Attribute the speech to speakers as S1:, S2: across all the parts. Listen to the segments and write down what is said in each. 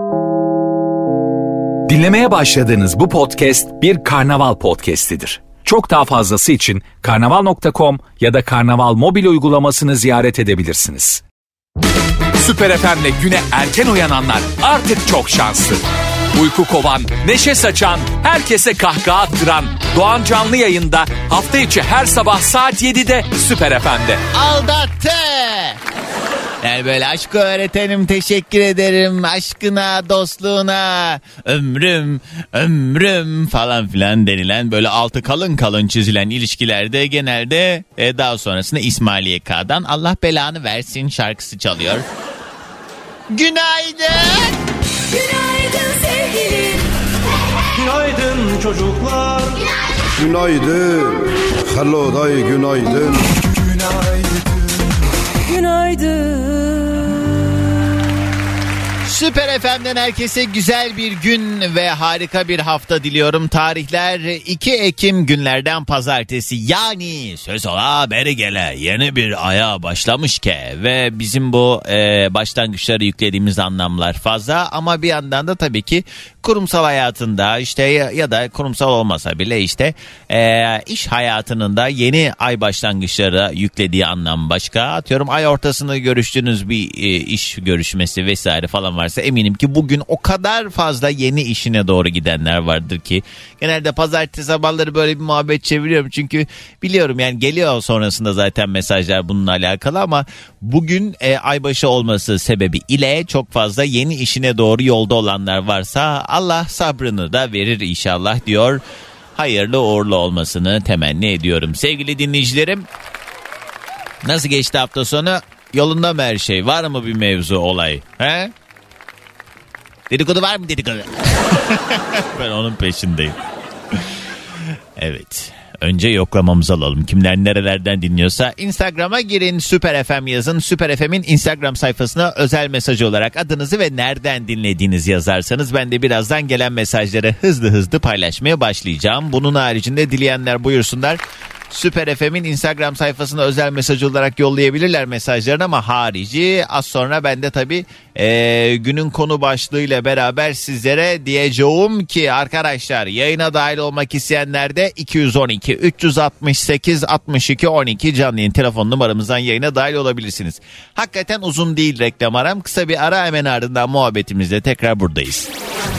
S1: Dinlemeye başladığınız bu podcast bir karnaval podcastidir. Çok daha fazlası için karnaval.com ya da karnaval mobil uygulamasını ziyaret edebilirsiniz. Süper FM'le güne erken uyananlar artık çok şanslı. Uyku kovan, neşe saçan, herkese kahkaha attıran Doğan Canlı yayında hafta içi her sabah saat 7'de Süper FM'de.
S2: Aldattı. Yani böyle aşkı öğretenim, teşekkür ederim aşkına, dostluğuna, ömrüm falan filan denilen böyle altı kalın kalın çizilen ilişkilerde genelde daha sonrasında İsmail YK'dan Allah belanı versin şarkısı çalıyor. Günaydın.
S3: Günaydın sevgilim.
S4: Günaydın çocuklar.
S5: Günaydın. Hello day günaydın.
S3: Günaydın.
S2: Süper FM'den herkese güzel bir gün ve harika bir hafta diliyorum. Tarihler 2 Ekim günlerden pazartesi, yani söz ola beri gele yeni bir aya başlamış ki ve bizim bu başlangıçları yüklediğimiz anlamlar fazla ama bir yandan da tabii ki kurumsal hayatında işte ya da kurumsal olmasa bile işte iş hayatının da yeni ay başlangıçları yüklediği anlam başka. Atıyorum ay ortasında görüştüğünüz bir iş görüşmesi vesaire falan varsa eminim ki bugün o kadar fazla yeni işine doğru gidenler vardır ki genelde pazartesi sabahları böyle bir muhabbet çeviriyorum çünkü biliyorum yani geliyor sonrasında zaten mesajlar bununla alakalı ama bugün aybaşı olması sebebi ile çok fazla yeni işine doğru yolda olanlar varsa Allah sabrını da verir inşallah diyor. Hayırlı uğurlu olmasını temenni ediyorum. Sevgili dinleyicilerim, nasıl geçti hafta sonu? Yolunda mı her şey? Var mı bir mevzu, olay? He? Dedikodu var mı dedikodu? Ben onun peşindeyim. Evet. Önce yoklamamızı alalım. Kimler nerelerden dinliyorsa Instagram'a girin, Süper FM yazın. Süper FM'in Instagram sayfasına özel mesaj olarak adınızı ve nereden dinlediğinizi yazarsanız ben de birazdan gelen mesajları hızlı paylaşmaya başlayacağım. Bunun haricinde dileyenler buyursunlar. Süper FM'in Instagram sayfasına özel mesaj olarak yollayabilirler mesajlarını ama harici az sonra ben de tabii günün konu başlığıyla beraber sizlere diyeceğim ki arkadaşlar yayına dahil olmak isteyenler de 212 368 62 12 canlı yayın telefon numaramızdan yayına dahil olabilirsiniz. Hakikaten uzun değil reklam aram, kısa bir ara, hemen ardından muhabbetimizle tekrar buradayız.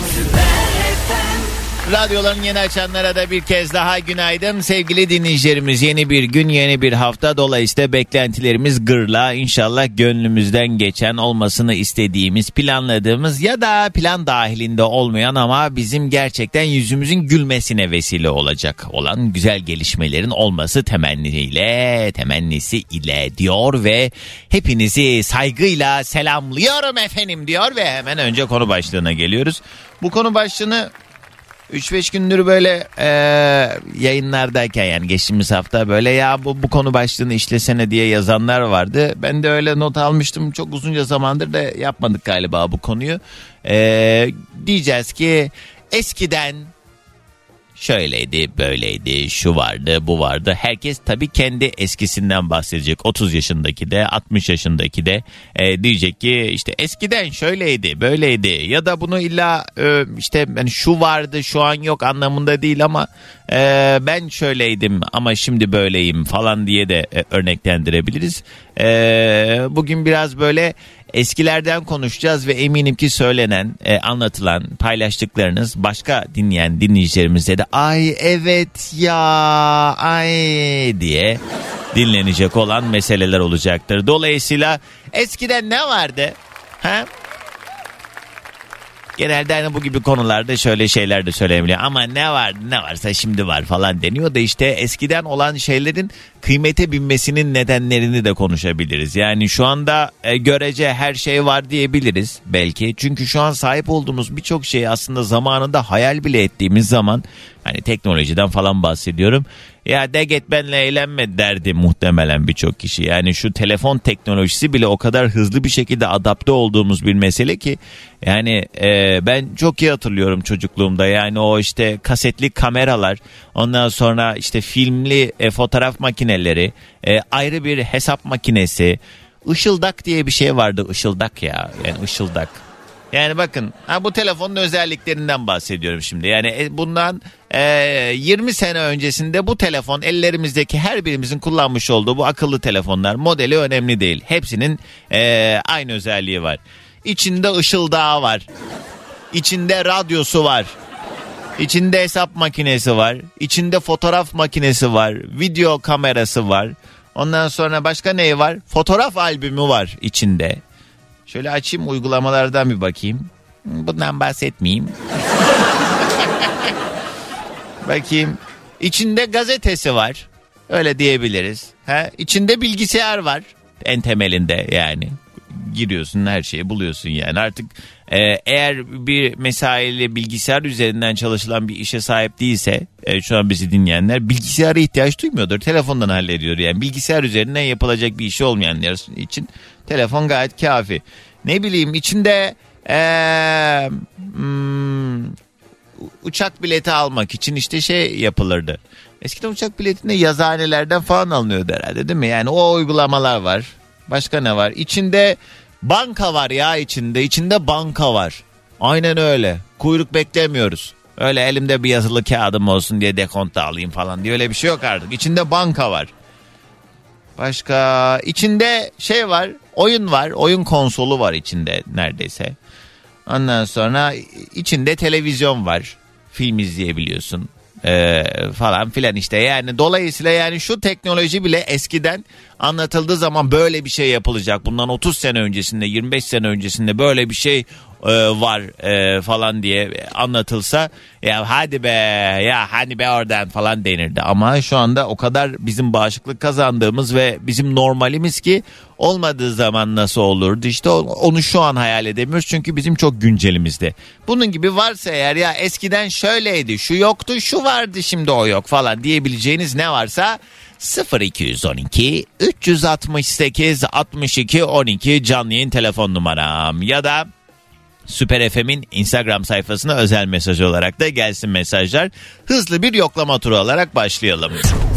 S2: Radyoların yeni açanlara da bir kez daha günaydın sevgili dinleyicilerimiz. Yeni bir gün, yeni bir hafta, dolayısıyla beklentilerimiz gırla. İnşallah gönlümüzden geçen, olmasını istediğimiz, planladığımız ya da plan dahilinde olmayan ama bizim gerçekten yüzümüzün gülmesine vesile olacak olan güzel gelişmelerin olması temennisi ile diyor ve hepinizi saygıyla selamlıyorum efendim diyor ve hemen önce konu başlığına geliyoruz. Bu konu başlığını 3-5 gündür böyle yayınlardayken, yani geçtiğimiz hafta böyle ya bu konu başlığını işlesene diye yazanlar vardı. Ben de öyle not almıştım. Çok uzunca zamandır da yapmadık galiba bu konuyu. Diyeceğiz ki eskiden şöyleydi, böyleydi, şu vardı, bu vardı. Herkes tabii kendi eskisinden bahsedecek. 30 yaşındaki de, 60 yaşındaki de diyecek ki işte eskiden şöyleydi, böyleydi. Ya da bunu illa işte yani şu vardı, şu an yok anlamında değil ama ben şöyleydim ama şimdi böyleyim falan diye de örneklendirebiliriz. Bugün biraz böyle eskilerden konuşacağız ve eminim ki söylenen, anlatılan, paylaştıklarınız başka dinleyen dinleyicilerimize de ay evet ya ay diye dinlenecek olan meseleler olacaktır. Dolayısıyla eskiden ne vardı? Ha? Genelde hani bu gibi konularda şöyle şeyler de söyleyebiliyor. Ama ne vardı, ne varsa şimdi var falan deniyor da işte eskiden olan şeylerin kıymete binmesinin nedenlerini de konuşabiliriz. Yani şu anda görece her şey var diyebiliriz belki. Çünkü şu an sahip olduğumuz birçok şey aslında zamanında hayal bile ettiğimiz zaman, hani teknolojiden falan bahsediyorum. Ya de git benle eğlenme derdi muhtemelen birçok kişi. Yani şu telefon teknolojisi bile o kadar hızlı bir şekilde adapte olduğumuz bir mesele ki. Yani ben çok iyi hatırlıyorum çocukluğumda. Yani o işte kasetli kameralar, ondan sonra işte filmli fotoğraf makineleri, ayrı bir hesap makinesi. Işıldak diye bir şey vardı, ışıldak ya. Yani ışıldak. Yani bakın bu telefonun özelliklerinden bahsediyorum şimdi. Yani bundan 20 sene öncesinde bu telefon, ellerimizdeki her birimizin kullanmış olduğu bu akıllı telefonlar, modeli önemli değil. Hepsinin aynı özelliği var. İçinde ışıldağı var. İçinde radyosu var. İçinde hesap makinesi var. İçinde fotoğraf makinesi var. Video kamerası var. Ondan sonra başka ne var? Fotoğraf albümü var içinde. Şöyle açayım, uygulamalardan bir bakayım. Bundan bahsetmeyeyim. Bakayım. İçinde gazetesi var. Öyle diyebiliriz. İçinde bilgisayar var. En temelinde yani. Giriyorsun, her şeyi buluyorsun yani. Artık eğer bir mesaili bilgisayar üzerinden çalışılan bir işe sahip değilse şu an bizi dinleyenler, bilgisayara ihtiyaç duymuyordur. Telefondan hallediyor yani. Bilgisayar üzerinden yapılacak bir işi olmayanlar için telefon gayet kafi. Ne bileyim, içinde uçak bileti almak için işte şey yapılırdı. Eskiden uçak biletinde yazıhanelerden falan alınıyordu herhalde, değil mi? Yani o uygulamalar var. Başka ne var? İçinde banka var ya, içinde banka var. Aynen öyle. Kuyruk beklemiyoruz. Öyle elimde bir yazılı kağıdım olsun diye dekonta alayım falan diye öyle bir şey yok artık. İçinde banka var. Başka içinde şey var, oyun var. Oyun konsolu var içinde neredeyse. Ondan sonra içinde televizyon var. Film izleyebiliyorsun. Falan filan işte. Yani dolayısıyla yani şu teknoloji bile eskiden anlatıldığı zaman böyle bir şey yapılacak, bundan 30 sene öncesinde, 25 sene öncesinde böyle bir şey var falan diye anlatılsa, ya hadi be, ya hani be oradan falan denirdi. Ama şu anda o kadar bizim bağışıklık kazandığımız ve bizim normalimiz ki olmadığı zaman nasıl olurdu işte, onu şu an hayal edemiyoruz çünkü bizim çok güncelimizde. Bunun gibi varsa eğer, ya eskiden şöyleydi, şu yoktu, şu vardı, şimdi o yok falan diyebileceğiniz ne varsa 0212 368 62 12 canlı yayın telefon numaram ya da Süper FM'in Instagram sayfasına özel mesaj olarak da gelsin mesajlar. Hızlı bir yoklama turu alarak başlayalım.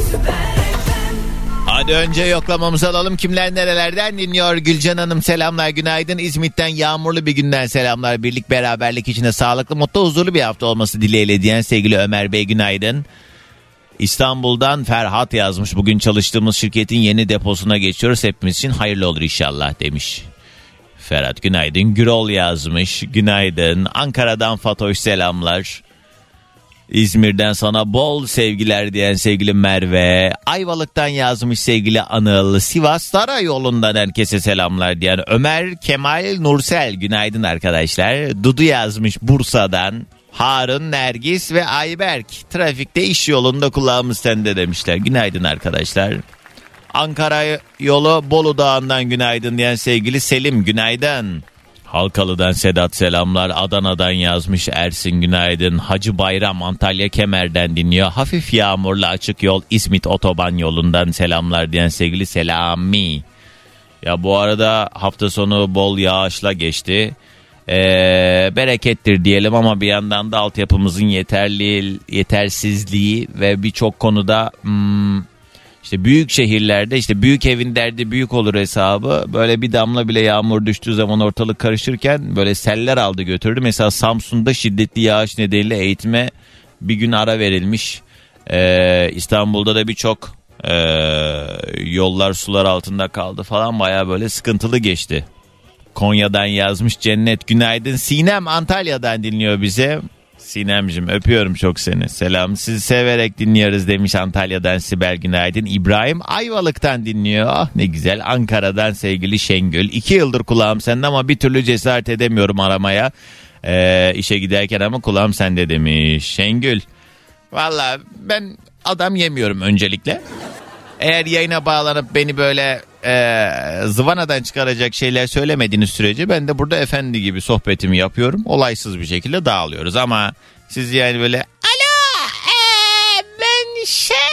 S2: Hadi önce yoklamamızı alalım. Kimler nerelerden dinliyor? Gülcan Hanım selamlar, günaydın. İzmit'ten yağmurlu bir günden selamlar. Birlik beraberlik içinde sağlıklı, mutlu, huzurlu bir hafta olması dileğiyle diyen sevgili Ömer Bey günaydın. İstanbul'dan Ferhat yazmış. Bugün çalıştığımız şirketin yeni deposuna geçiyoruz. Hepimiz için hayırlı olur inşallah demiş. Ferhat günaydın. Gürol yazmış. Günaydın. Ankara'dan Fatoş selamlar. İzmir'den sana bol sevgiler diyen sevgili Merve. Ayvalık'tan yazmış sevgili Anıl. Sivas Saray yolundan herkese selamlar diyen Ömer Kemal Nursel. Günaydın arkadaşlar. Dudu yazmış Bursa'dan. Harun, Nergis ve Ayberk. Trafikte, iş yolunda, kulağımız sende demişler. Günaydın arkadaşlar. Ankara yolu Bolu Dağı'ndan günaydın diyen sevgili Selim günaydın. Halkalı'dan Sedat selamlar. Adana'dan yazmış Ersin günaydın. Hacı Bayram Antalya Kemer'den dinliyor. Hafif yağmurlu açık yol İzmit otoban yolundan selamlar diyen sevgili Selami. Ya bu arada hafta sonu bol yağışla geçti. Berekettir diyelim ama bir yandan da altyapımızın yetersizliği ve birçok konuda işte büyük şehirlerde, işte büyük evin derdi büyük olur hesabı, böyle bir damla bile yağmur düştüğü zaman ortalık karışırken böyle seller aldı götürdü. Mesela Samsun'da şiddetli yağış nedeniyle eğitime bir gün ara verilmiş. İstanbul'da da birçok yollar sular altında kaldı falan, baya böyle sıkıntılı geçti. Konya'dan yazmış Cennet günaydın. Sinem Antalya'dan dinliyor bize. Sinemciğim öpüyorum çok seni. Selam, sizi severek dinliyoruz demiş Antalya'dan Sibel günaydın. İbrahim Ayvalık'tan dinliyor. Ah ne güzel. Ankara'dan sevgili Şengül. 2 yıldır kulağım sende ama bir türlü cesaret edemiyorum aramaya. İşe giderken ama kulağım sende demiş Şengül. Valla ben adam yemiyorum öncelikle. Eğer yayına bağlanıp beni böyle zıvanadan çıkaracak şeyler söylemediğiniz sürece ben de burada efendi gibi sohbetimi yapıyorum. Olaysız bir şekilde dağılıyoruz ama siz yani böyle alo ben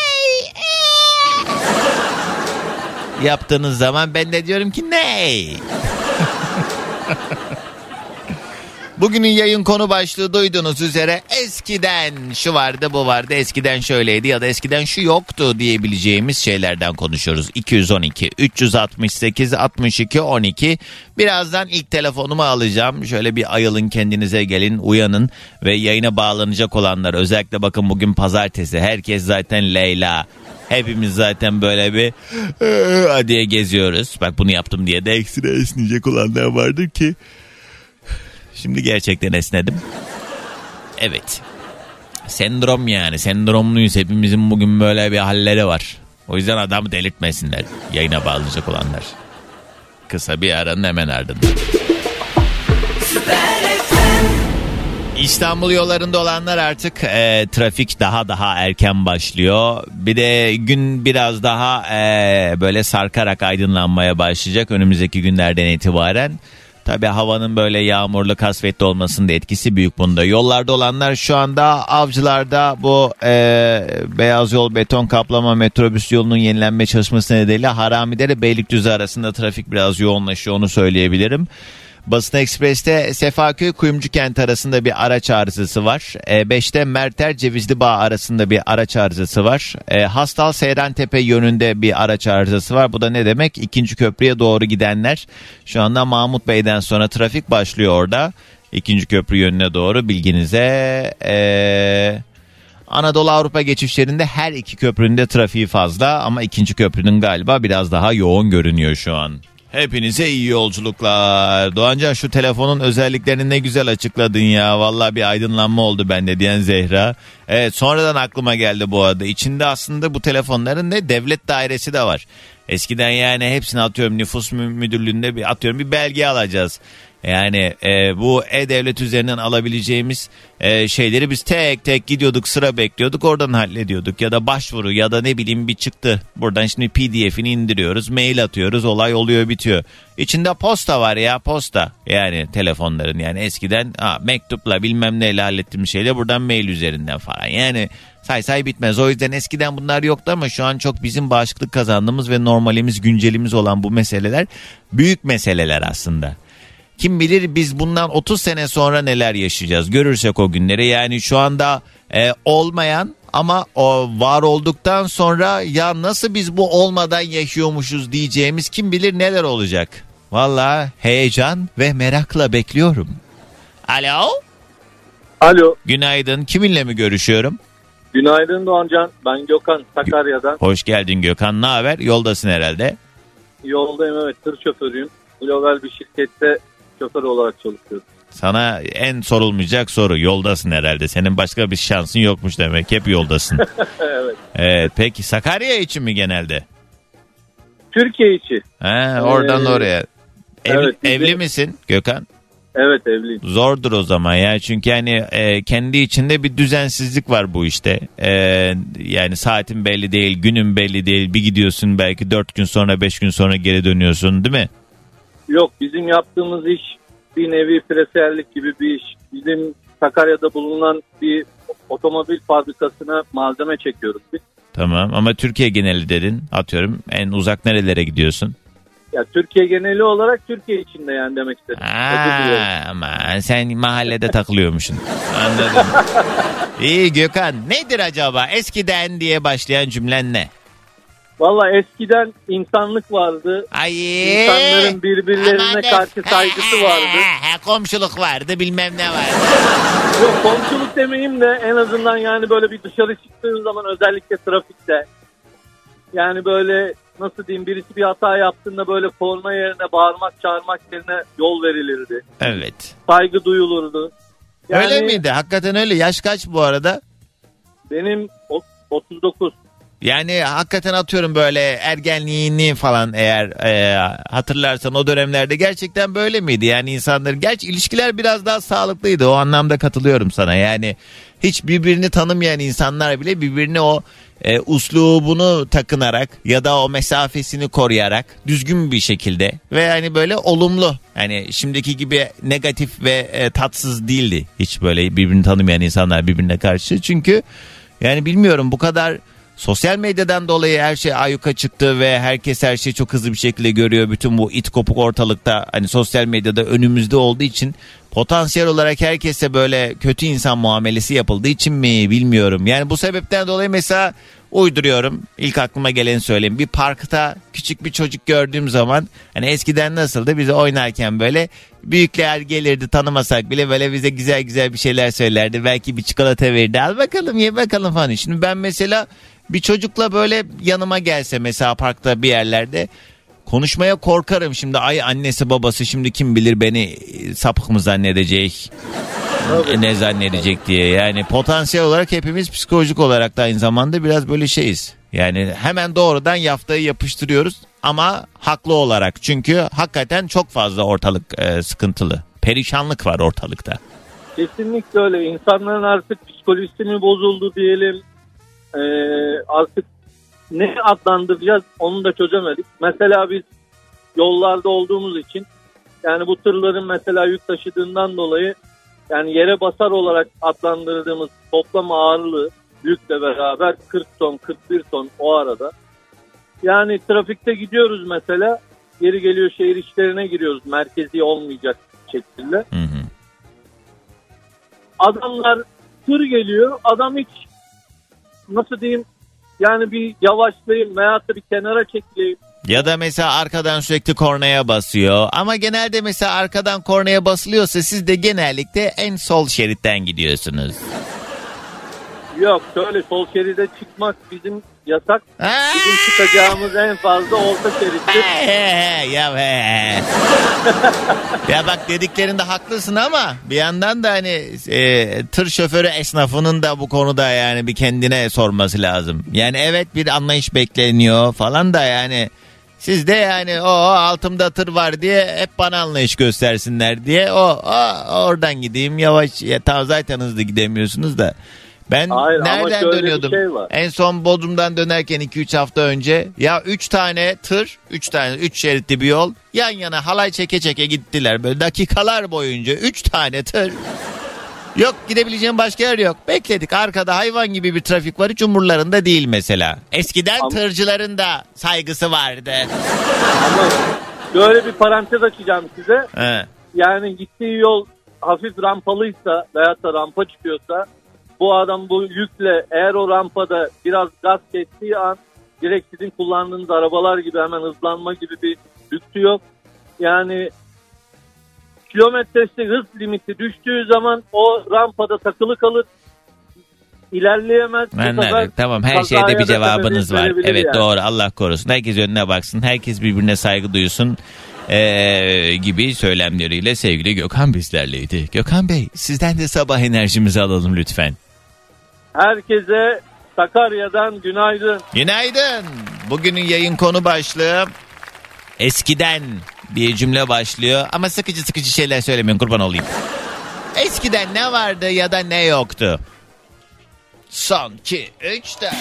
S2: yaptığınız zaman ben de diyorum ki ne? Bugünün yayın konu başlığı duyduğunuz üzere eskiden şu vardı bu vardı, eskiden şöyleydi ya da eskiden şu yoktu diyebileceğimiz şeylerden konuşuyoruz. 212 368 62 12. Birazdan ilk telefonumu alacağım. Şöyle bir ayılın, kendinize gelin, uyanın ve yayına bağlanacak olanlar, özellikle bakın bugün pazartesi, herkes zaten Leyla. Hepimiz zaten böyle bir diye geziyoruz. Bak bunu yaptım diye de ekstra esneyecek olanlar vardır ki. Şimdi gerçekten esnedim. Evet. Sendrom yani. Sendromluyuz. Hepimizin bugün böyle bir halleri var. O yüzden adamı delirtmesinler. Yayına bağlanacak olanlar. Kısa bir aranın hemen ardından. İstanbul yollarında olanlar artık trafik daha erken başlıyor. Bir de gün biraz daha böyle sarkarak aydınlanmaya başlayacak önümüzdeki günlerden itibaren. Tabii havanın böyle yağmurlu, kasvetli olmasının da etkisi büyük bunda. Yollarda olanlar şu anda Avcılar'da bu beyaz yol beton kaplama metrobüs yolunun yenilenme çalışması nedeniyle Haramidere Beylikdüzü arasında trafik biraz yoğunlaşıyor, onu söyleyebilirim. Basın Ekspres'te Sefaköy Kuyumcukent arasında bir araç arızası var. 5'te Merter Cevizlibağ arasında bir araç arızası var. Hastal Seyrantepe yönünde bir araç arızası var. Bu da ne demek? 2. köprüye doğru gidenler, şu anda Mahmut Bey'den sonra trafik başlıyor orada. 2. köprü yönüne doğru, bilginize. Anadolu Avrupa geçişlerinde her iki köprünün de trafiği fazla ama 2. köprünün galiba biraz daha yoğun görünüyor şu an. Hepinize iyi yolculuklar. Doğancan, şu telefonun özelliklerini ne güzel açıkladın ya. Vallahi bir aydınlanma oldu bende diyen Zehra. Evet, sonradan aklıma geldi bu arada. İçinde aslında bu telefonların ne devlet dairesi de var. Eskiden yani hepsini atıyorum nüfus müdürlüğünde bir belge alacağız. Yani bu E-Devlet üzerinden alabileceğimiz şeyleri biz tek tek gidiyorduk, sıra bekliyorduk, oradan hallediyorduk. Ya da başvuru ya da ne bileyim bir çıktı. Buradan şimdi PDF'ini indiriyoruz, mail atıyoruz, olay oluyor, bitiyor. İçinde posta var ya, posta. Yani telefonların, yani eskiden mektupla bilmem neyle hallettiğim şeyle buradan mail üzerinden falan. Yani say bitmez. O yüzden eskiden bunlar yoktu ama şu an çok bizim bağışıklık kazandığımız ve normalimiz, güncelimiz olan bu meseleler büyük meseleler aslında. Kim bilir biz bundan 30 sene sonra neler yaşayacağız, görürsek o günleri. Yani şu anda olmayan ama o var olduktan sonra ya nasıl biz bu olmadan yaşıyormuşuz diyeceğimiz kim bilir neler olacak. Vallahi heyecan ve merakla bekliyorum. Alo?
S6: Alo.
S2: Günaydın. Kiminle mi görüşüyorum?
S6: Günaydın Doğancan. Ben Gökhan, Sakarya'dan.
S2: Hoş geldin Gökhan. Ne haber? Yoldasın herhalde.
S6: Yoldayım, evet. Tır şoförüyüm. Global bir şirkette şoför olarak çalışıyorum.
S2: Sana en sorulmayacak soru, yoldasın herhalde. Senin başka bir şansın yokmuş demek. Hep yoldasın.
S6: Evet.
S2: Evet. Peki Sakarya için mi genelde?
S6: Türkiye içi.
S2: Oradan oraya.
S6: Evet,
S2: evli misin Gökhan?
S6: Evet, evliyim.
S2: Zordur o zaman ya, çünkü hani kendi içinde bir düzensizlik var bu işte. Yani saatin belli değil, günün belli değil. Bir gidiyorsun belki 4 gün sonra 5 gün sonra geri dönüyorsun, değil mi?
S6: Yok, bizim yaptığımız iş bir nevi presiyerlik gibi bir iş. Bizim Sakarya'da bulunan bir otomobil fabrikasına malzeme çekiyoruz biz.
S2: Tamam, ama Türkiye geneli dedin, atıyorum en uzak nerelere gidiyorsun?
S6: Ya Türkiye geneli olarak Türkiye içinde yani demek istedim.
S2: Ama sen mahallede takılıyormuşsun. Anladım. İyi Gökhan, nedir acaba eskiden diye başlayan cümlen ne?
S6: Valla eskiden insanlık vardı. İnsanların birbirlerine karşı saygısı vardı.
S2: Komşuluk vardı, bilmem ne vardı.
S6: Yok, komşuluk demeyeyim de en azından yani böyle bir dışarı çıktığın zaman, özellikle trafikte. Yani böyle nasıl diyeyim, birisi bir hata yaptığında böyle korna yerine, bağırmak çağırmak yerine yol verilirdi.
S2: Evet.
S6: Saygı duyulurdu. Yani,
S2: öyle miydi? Hakikaten öyle. Yaş kaç bu arada?
S6: Benim 39.
S2: Yani hakikaten atıyorum böyle ergenliğini falan eğer hatırlarsan o dönemlerde gerçekten böyle miydi? Yani insanların, gerçi ilişkiler biraz daha sağlıklıydı, o anlamda katılıyorum sana. Yani hiç birbirini tanımayan insanlar bile birbirine o uslubunu takınarak ya da o mesafesini koruyarak düzgün bir şekilde ve yani böyle olumlu, yani şimdiki gibi negatif ve tatsız değildi hiç böyle birbirini tanımayan insanlar birbirine karşı. Çünkü yani bilmiyorum, bu kadar Sosyal medyadan dolayı her şey ayyuka çıktı ve herkes her şeyi çok hızlı bir şekilde görüyor. Bütün bu it kopuk ortalıkta hani sosyal medyada önümüzde olduğu için potansiyel olarak herkese böyle kötü insan muamelesi yapıldığı için mi bilmiyorum. Yani bu sebepten dolayı mesela uyduruyorum. İlk aklıma geleni söyleyeyim. Bir parkta küçük bir çocuk gördüğüm zaman hani eskiden nasıldı, bize oynarken böyle büyükler gelirdi, tanımasak bile böyle bize güzel güzel bir şeyler söylerdi. Belki bir çikolata verirdi, al bakalım ye bakalım falan. Şimdi ben mesela bir çocukla böyle yanıma gelse mesela parkta bir yerlerde konuşmaya korkarım. Şimdi ay annesi babası şimdi kim bilir beni sapık mı zannedecek, ne zannedecek diye. Yani potansiyel olarak hepimiz psikolojik olarak da aynı zamanda biraz böyle şeyiz. Yani hemen doğrudan yaftayı yapıştırıyoruz ama haklı olarak. Çünkü hakikaten çok fazla ortalık sıkıntılı. Perişanlık var ortalıkta.
S6: Kesinlikle öyle. İnsanların artık psikolojisi mi bozuldu diyelim. Artık ne adlandıracağız onu da çözemedik. Mesela biz yollarda olduğumuz için yani bu tırların mesela yük taşıdığından dolayı yani yere basar olarak adlandırdığımız toplam ağırlığı yükle beraber 40 ton 41 ton o arada. Yani trafikte gidiyoruz mesela, geri geliyor şehir içlerine giriyoruz merkezi olmayacak şekilde.
S2: Hı hı.
S6: Adamlar tır geliyor, adam hiç nasıl diyeyim yani bir yavaşlayayım veyahut da bir kenara çekileyim.
S2: Ya da mesela arkadan sürekli kornaya basıyor. Ama genelde mesela arkadan kornaya basılıyorsa siz de genellikle en sol şeritten gidiyorsunuz.
S6: Yok şöyle sol şeride çıkmak bizim yasak. Bizim çıkacağımız en fazla orta şerittir.
S2: Ya bak dediklerinde haklısın ama bir yandan da hani tır şoförü esnafının da bu konuda yani bir kendine sorması lazım. Yani evet bir anlayış bekleniyor falan da yani siz de yani o altımda tır var diye hep bana anlayış göstersinler diye oradan gideyim yavaş ya, tamam zaten hızlı gidemiyorsunuz da. Ben
S6: hayır,
S2: nereden dönüyordum? En son Bodrum'dan dönerken 2-3 hafta önce ya 3 tane tır, 3 şeritli bir yol yan yana halay çeke çeke gittiler. Böyle dakikalar boyunca 3 tane tır. Yok gidebileceğim başka yer yok. Bekledik arkada hayvan gibi bir trafik var, hiç umurlarında değil mesela. Eskiden tırcıların da saygısı vardı.
S6: Ama böyle bir parantez açacağım size.
S2: He.
S6: Yani gittiği yol hafif rampalıysa veyahut da rampa çıkıyorsa bu adam bu yükle eğer o rampada biraz gaz kestiği an direkt sizin kullandığınız arabalar gibi hemen hızlanma gibi bir lüksü yok. Yani kilometresi hız limiti düştüğü zaman o rampada takılı kalır. İlerleyemez.
S2: Tamam her şeyde bir cevabınız var. Evet yani. Doğru, Allah korusun. Herkes önüne baksın. Herkes birbirine saygı duysun. Gibi söylemleriyle sevgili Gökhan bizlerleydi. Gökhan Bey sizden de sabah enerjimizi alalım lütfen.
S6: Herkese Sakarya'dan günaydın.
S2: Günaydın. Bugünün yayın konu başlığı eskiden diye cümle başlıyor ama sıkıcı şeyler söylemiyorum, kurban olayım. Eskiden ne vardı ya da ne yoktu? Son 2 3 4.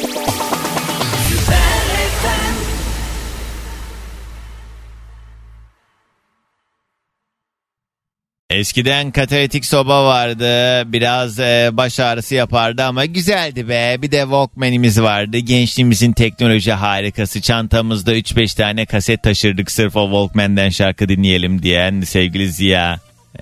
S2: Eskiden katalitik soba vardı. Biraz baş ağrısı yapardı ama güzeldi be. Bir de Walkman'imiz vardı. Gençliğimizin teknoloji harikası. Çantamızda 3-5 tane kaset taşırdık sırf o Walkman'den şarkı dinleyelim diyen sevgili Ziya.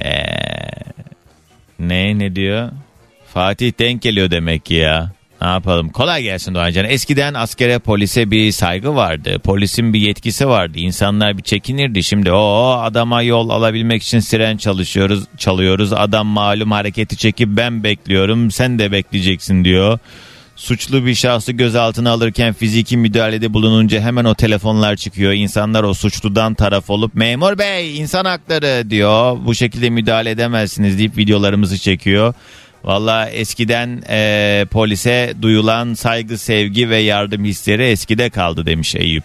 S2: Ne diyor? Fatih denk geliyor demek ki ya. Ne yapalım? Kolay gelsin Doğancan. Eskiden askere, polise bir saygı vardı. Polisin bir yetkisi vardı. İnsanlar bir çekinirdi. Şimdi adama yol alabilmek için siren çalıyoruz. Adam malum hareketi çekip ben bekliyorum, sen de bekleyeceksin diyor. Suçlu bir şahsı gözaltına alırken fiziki müdahalede bulununca hemen o telefonlar çıkıyor. İnsanlar o suçludan taraf olup memur bey insan hakları diyor. Bu şekilde müdahale edemezsiniz deyip videolarımızı çekiyor. Valla eskiden polise duyulan saygı, sevgi ve yardım hisleri eskide kaldı demiş Eyüp.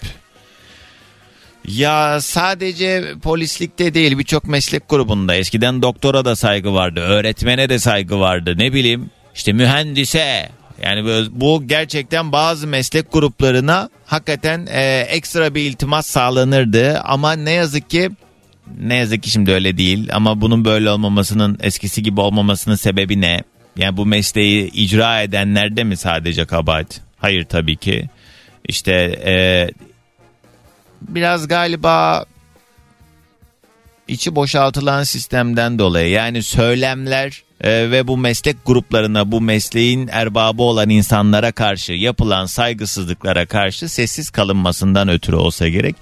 S2: Ya sadece polislikte değil, birçok meslek grubunda eskiden doktora da saygı vardı, öğretmene de saygı vardı, ne bileyim işte mühendise. Yani bu gerçekten bazı meslek gruplarına hakikaten ekstra bir iltimas sağlanırdı ama ne yazık ki şimdi öyle değil. Ama bunun böyle olmamasının, eskisi gibi olmamasının sebebi ne? Yani bu mesleği icra edenlerde mi sadece kabahat? Hayır tabii ki. İşte biraz galiba içi boşaltılan sistemden dolayı, yani söylemler ve bu meslek gruplarına, bu mesleğin erbabı olan insanlara karşı yapılan saygısızlıklara karşı sessiz kalınmasından ötürü olsa gerek.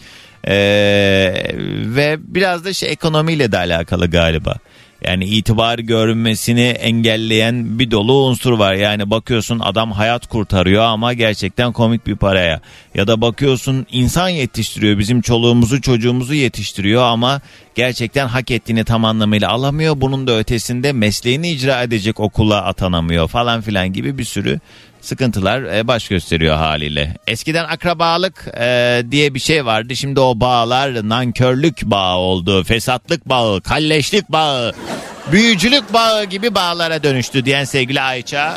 S2: Ve biraz da ekonomiyle de alakalı galiba. Yani itibar görünmesini engelleyen bir dolu unsur var. Yani bakıyorsun adam hayat kurtarıyor ama gerçekten komik bir paraya. Ya da bakıyorsun insan yetiştiriyor, bizim çoluğumuzu çocuğumuzu yetiştiriyor ama gerçekten hak ettiğini tam anlamıyla alamıyor. Bunun da ötesinde mesleğini icra edecek okula atanamıyor falan filan gibi bir sürü sıkıntılar baş gösteriyor haliyle. Eskiden akrabalık diye bir şey vardı. Şimdi o bağlar nankörlük bağı oldu. Fesatlık bağı, kalleşlik bağı, büyücülük bağı gibi bağlara dönüştü diyen sevgili Ayça.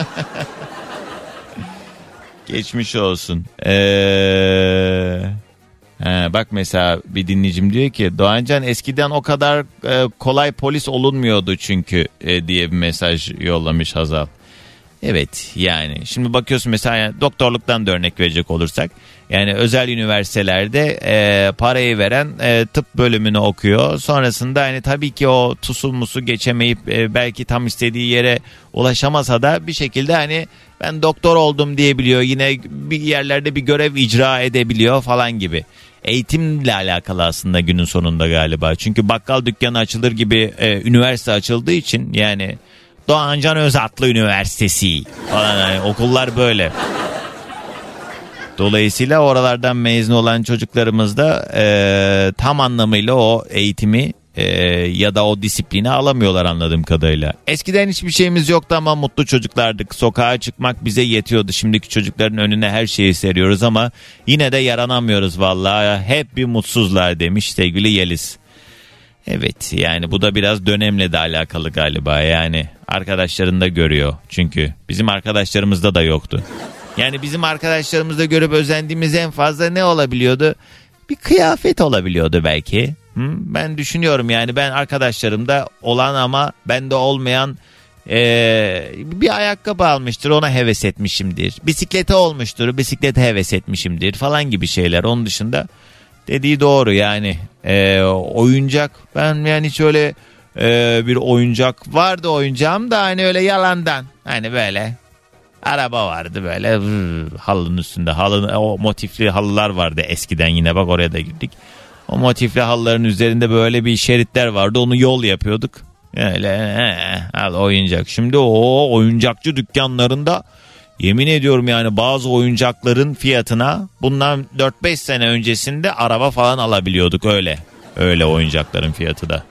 S2: Geçmiş olsun. Bak mesela bir dinleyicim diyor ki Doğancan eskiden o kadar kolay polis olunmuyordu çünkü diye bir mesaj yollamış Hazal. Evet, yani şimdi bakıyorsun mesela, yani doktorluktan da örnek verecek olursak, yani özel üniversitelerde parayı veren tıp bölümünü okuyor. Sonrasında hani tabii ki o tusulmusu geçemeyip belki tam istediği yere ulaşamasa da bir şekilde hani ben doktor oldum diyebiliyor. Yine bir yerlerde bir görev icra edebiliyor falan gibi. Eğitimle alakalı aslında günün sonunda galiba. Çünkü bakkal dükkanı açılır gibi üniversite açıldığı için, yani Doğancan Özatlı Üniversitesi falan, yani okullar böyle. Dolayısıyla oralardan mezun olan çocuklarımız da tam anlamıyla o eğitimi ya da o disiplini alamıyorlar anladığım kadarıyla. Eskiden hiçbir şeyimiz yoktu ama mutlu çocuklardık. Sokağa çıkmak bize yetiyordu. Şimdiki çocukların önüne her şeyi seriyoruz ama yine de yaranamıyoruz vallahi. Hep bir mutsuzlar demiş sevgili Yeliz. Evet, yani bu da biraz dönemle de alakalı galiba, yani arkadaşlarında görüyor çünkü bizim arkadaşlarımızda da yoktu. Yani bizim arkadaşlarımızda görüp özendiğimiz en fazla ne olabiliyordu? Bir kıyafet olabiliyordu belki. Ben düşünüyorum, yani ben arkadaşlarımda olan ama bende olmayan bir ayakkabı almıştır, ona heves etmişimdir. Bisiklete olmuştur, bisiklete heves etmişimdir falan gibi şeyler. Onun dışında dediği doğru, yani oyuncak, ben yani hiç öyle bir oyuncak vardı, oyuncağım da hani öyle yalandan, hani böyle araba vardı böyle halının üstünde, o motifli halılar vardı eskiden, yine bak oraya da girdik. O motifli halıların üzerinde böyle bir şeritler vardı, onu yol yapıyorduk öyle, al oyuncak. Şimdi o oyuncakçı dükkanlarında yemin ediyorum, yani bazı oyuncakların fiyatına bundan 4-5 sene öncesinde araba falan alabiliyorduk, öyle oyuncakların fiyatı da.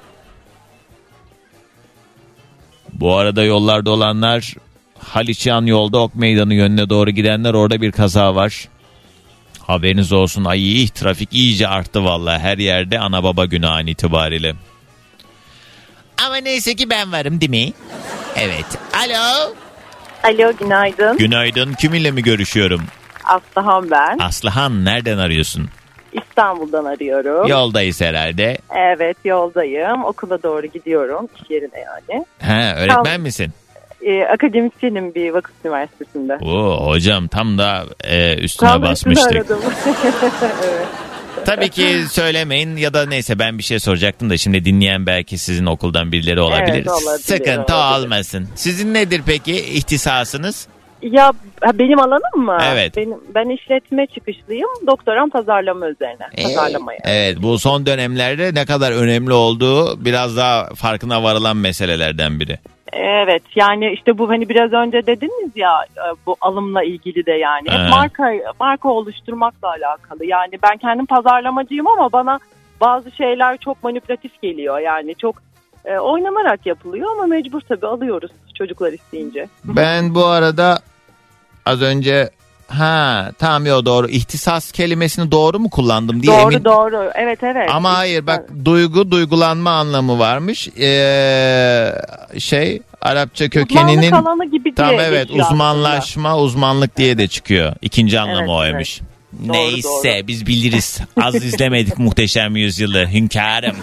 S2: Bu arada yollarda olanlar, Haliç yan yolda Ok Meydanı yönüne doğru gidenler, orada bir kaza var. Haberiniz olsun. Ay, trafik iyice arttı vallahi her yerde, ana baba günü an itibariyle. Ama neyse ki ben varım değil mi? Evet. Alo.
S7: Alo, günaydın.
S2: Günaydın. Kiminle mi görüşüyorum?
S7: Aslıhan ben.
S2: Aslıhan, nereden arıyorsun?
S7: İstanbul'dan arıyorum.
S2: Yoldayız herhalde.
S7: Evet, yoldayım. Okula doğru gidiyorum. İş yerine yani.
S2: He, öğretmen misin?
S7: Akademisyenim bir vakıf üniversitesinde.
S2: Oo, hocam tam da üstüne basmıştık.
S7: Evet.
S2: Tabii ki söylemeyin ya da neyse, ben bir şey soracaktım da şimdi dinleyen belki sizin okuldan birileri olabilir.
S7: Evet, olabilir.
S2: Sıkıntı olmasın. Sizin nedir peki ihtisasınız?
S7: Ya benim alanım mı?
S2: Evet.
S7: Ben işletme çıkışlıyım. Doktoram pazarlama üzerine. Pazarlamaya.
S2: Evet, bu son dönemlerde ne kadar önemli olduğu biraz daha farkına varılan meselelerden biri.
S7: Evet, yani işte bu hani biraz önce dediniz ya, bu alımla ilgili de yani. Hep marka oluşturmakla alakalı. Yani ben kendim pazarlamacıyım ama bana bazı şeyler çok manipülatif geliyor. Yani çok oynanarak yapılıyor ama mecbur tabii alıyoruz çocuklar isteyince.
S2: Ben bu arada az önce tamam, yo doğru, ihtisas kelimesini doğru mu kullandım diye emin.
S7: Doğru, evet.
S2: Ama hayır, bak, duygulanma anlamı varmış. Arapça kökeninin
S7: uzmanlık alanı gibi
S2: tam,
S7: diye
S2: evet, uzmanlaşma aslında. Uzmanlık diye de çıkıyor. İkinci anlamı oymuş. Evet. Neyse, doğru. Biz biliriz. Az izlemedik Muhteşem Yüzyıl'ı hünkârım.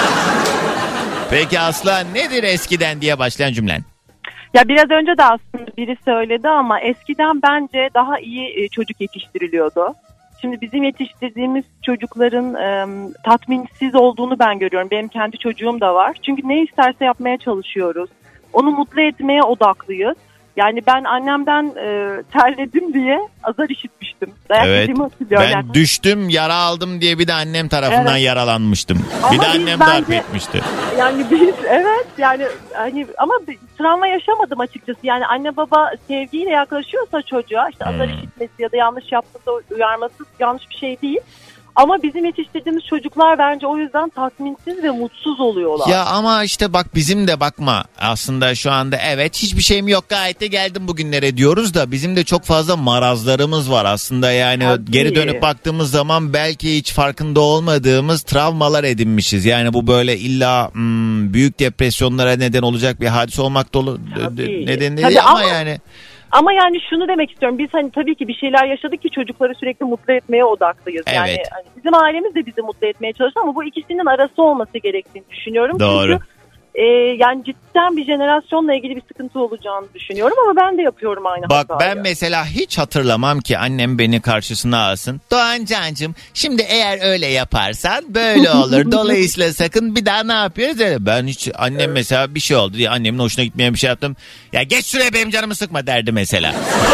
S2: Peki Aslan, nedir eskiden diye başlayan cümlen?
S7: Ya biraz önce de aslında biri söyledi ama eskiden bence daha iyi çocuk yetiştiriliyordu. Şimdi bizim yetiştirdiğimiz çocukların tatminsiz olduğunu ben görüyorum. Benim kendi çocuğum da var. Çünkü ne isterse yapmaya çalışıyoruz. Onu mutlu etmeye odaklıyız. Yani ben annemden terledim diye azar işitmiştim. Dayak yediğimi hatırlıyorum.
S2: Ben düştüm, yara aldım diye bir de annem tarafından yaralanmıştım.
S7: Ama
S2: bir de annem darp etmişti.
S7: Yani biz yani hani ama travma yaşamadım açıkçası. Yani anne baba sevgiyle yaklaşıyorsa çocuğa işte azar işitmesi ya da yanlış yaptığında uyarması yanlış bir şey değil. Ama bizim yetiştirdiğimiz çocuklar bence o yüzden tatminsiz ve mutsuz oluyorlar.
S2: Ya ama işte bak bizim de bakma aslında şu anda evet hiçbir şeyim yok gayet de geldim bugünlere diyoruz da bizim de çok fazla marazlarımız var aslında yani geri dönüp baktığımız zaman belki hiç farkında olmadığımız travmalar edinmişiz. Yani bu böyle illa büyük depresyonlara neden olacak bir hadise olmak neden değil ama yani.
S7: Ama yani şunu demek istiyorum. Biz hani tabii ki bir şeyler yaşadık ki çocukları sürekli mutlu etmeye odaklıyız.
S2: Evet.
S7: Yani hani bizim ailemiz de bizi mutlu etmeye çalışıyor ama bu ikisinin arası olması gerektiğini düşünüyorum.
S2: Doğru.
S7: Çünkü yani cidden bir jenerasyonla ilgili bir sıkıntı olacağını düşünüyorum ama ben de yapıyorum aynı hatayı.
S2: Bak ben mesela hiç hatırlamam ki annem beni karşısına alsın. Doğancancığım şimdi eğer öyle yaparsan böyle olur. Dolayısıyla sakın bir daha ne yapıyoruz? Ben hiç annem mesela bir şey oldu diye annemin hoşuna gitmeyen bir şey yaptım. Ya geç şuraya benim canımı sıkma derdi mesela.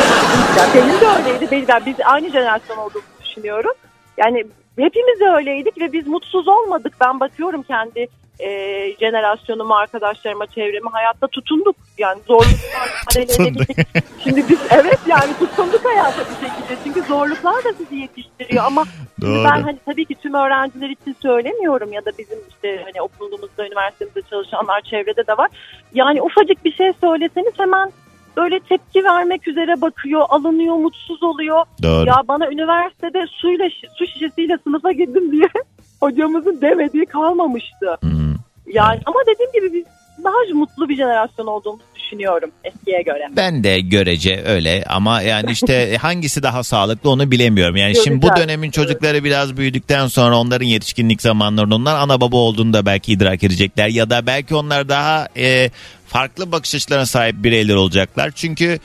S7: Ya benim de öyleydi. Biz aynı jenerasyon olduğumuzu düşünüyorum. Yani hepimiz öyleydik ve biz mutsuz olmadık. Ben bakıyorum kendi jenerasyonuma, arkadaşlarıma, çevreme hayatta tutunduk. Yani zorluklar edebildik. Şimdi biz yani tutunduk hayata bir şekilde. Çünkü zorluklar da sizi yetiştiriyor ama ben hani tabii ki tüm öğrenciler için söylemiyorum ya da bizim işte hani okulumuzda, üniversitemizde çalışanlar çevrede de var. Yani ufacık bir şey söyleseniz hemen böyle tepki vermek üzere bakıyor, alınıyor, mutsuz oluyor.
S2: Doğru.
S7: Ya bana üniversitede su şişesiyle sınıfa girdim diye hocamızın demediği kalmamıştı. Yani ama dediğim gibi biz daha mutlu bir jenerasyon olduğumuzu düşünüyorum eskiye göre.
S2: Ben de görece öyle ama yani işte hangisi daha sağlıklı onu bilemiyorum. Yani şimdi bu dönemin çocukları biraz büyüdükten sonra onların yetişkinlik zamanlarında onlar ana baba olduğunda belki idrak edecekler ya da belki onlar daha farklı bakış açılarına sahip bireyler olacaklar. Çünkü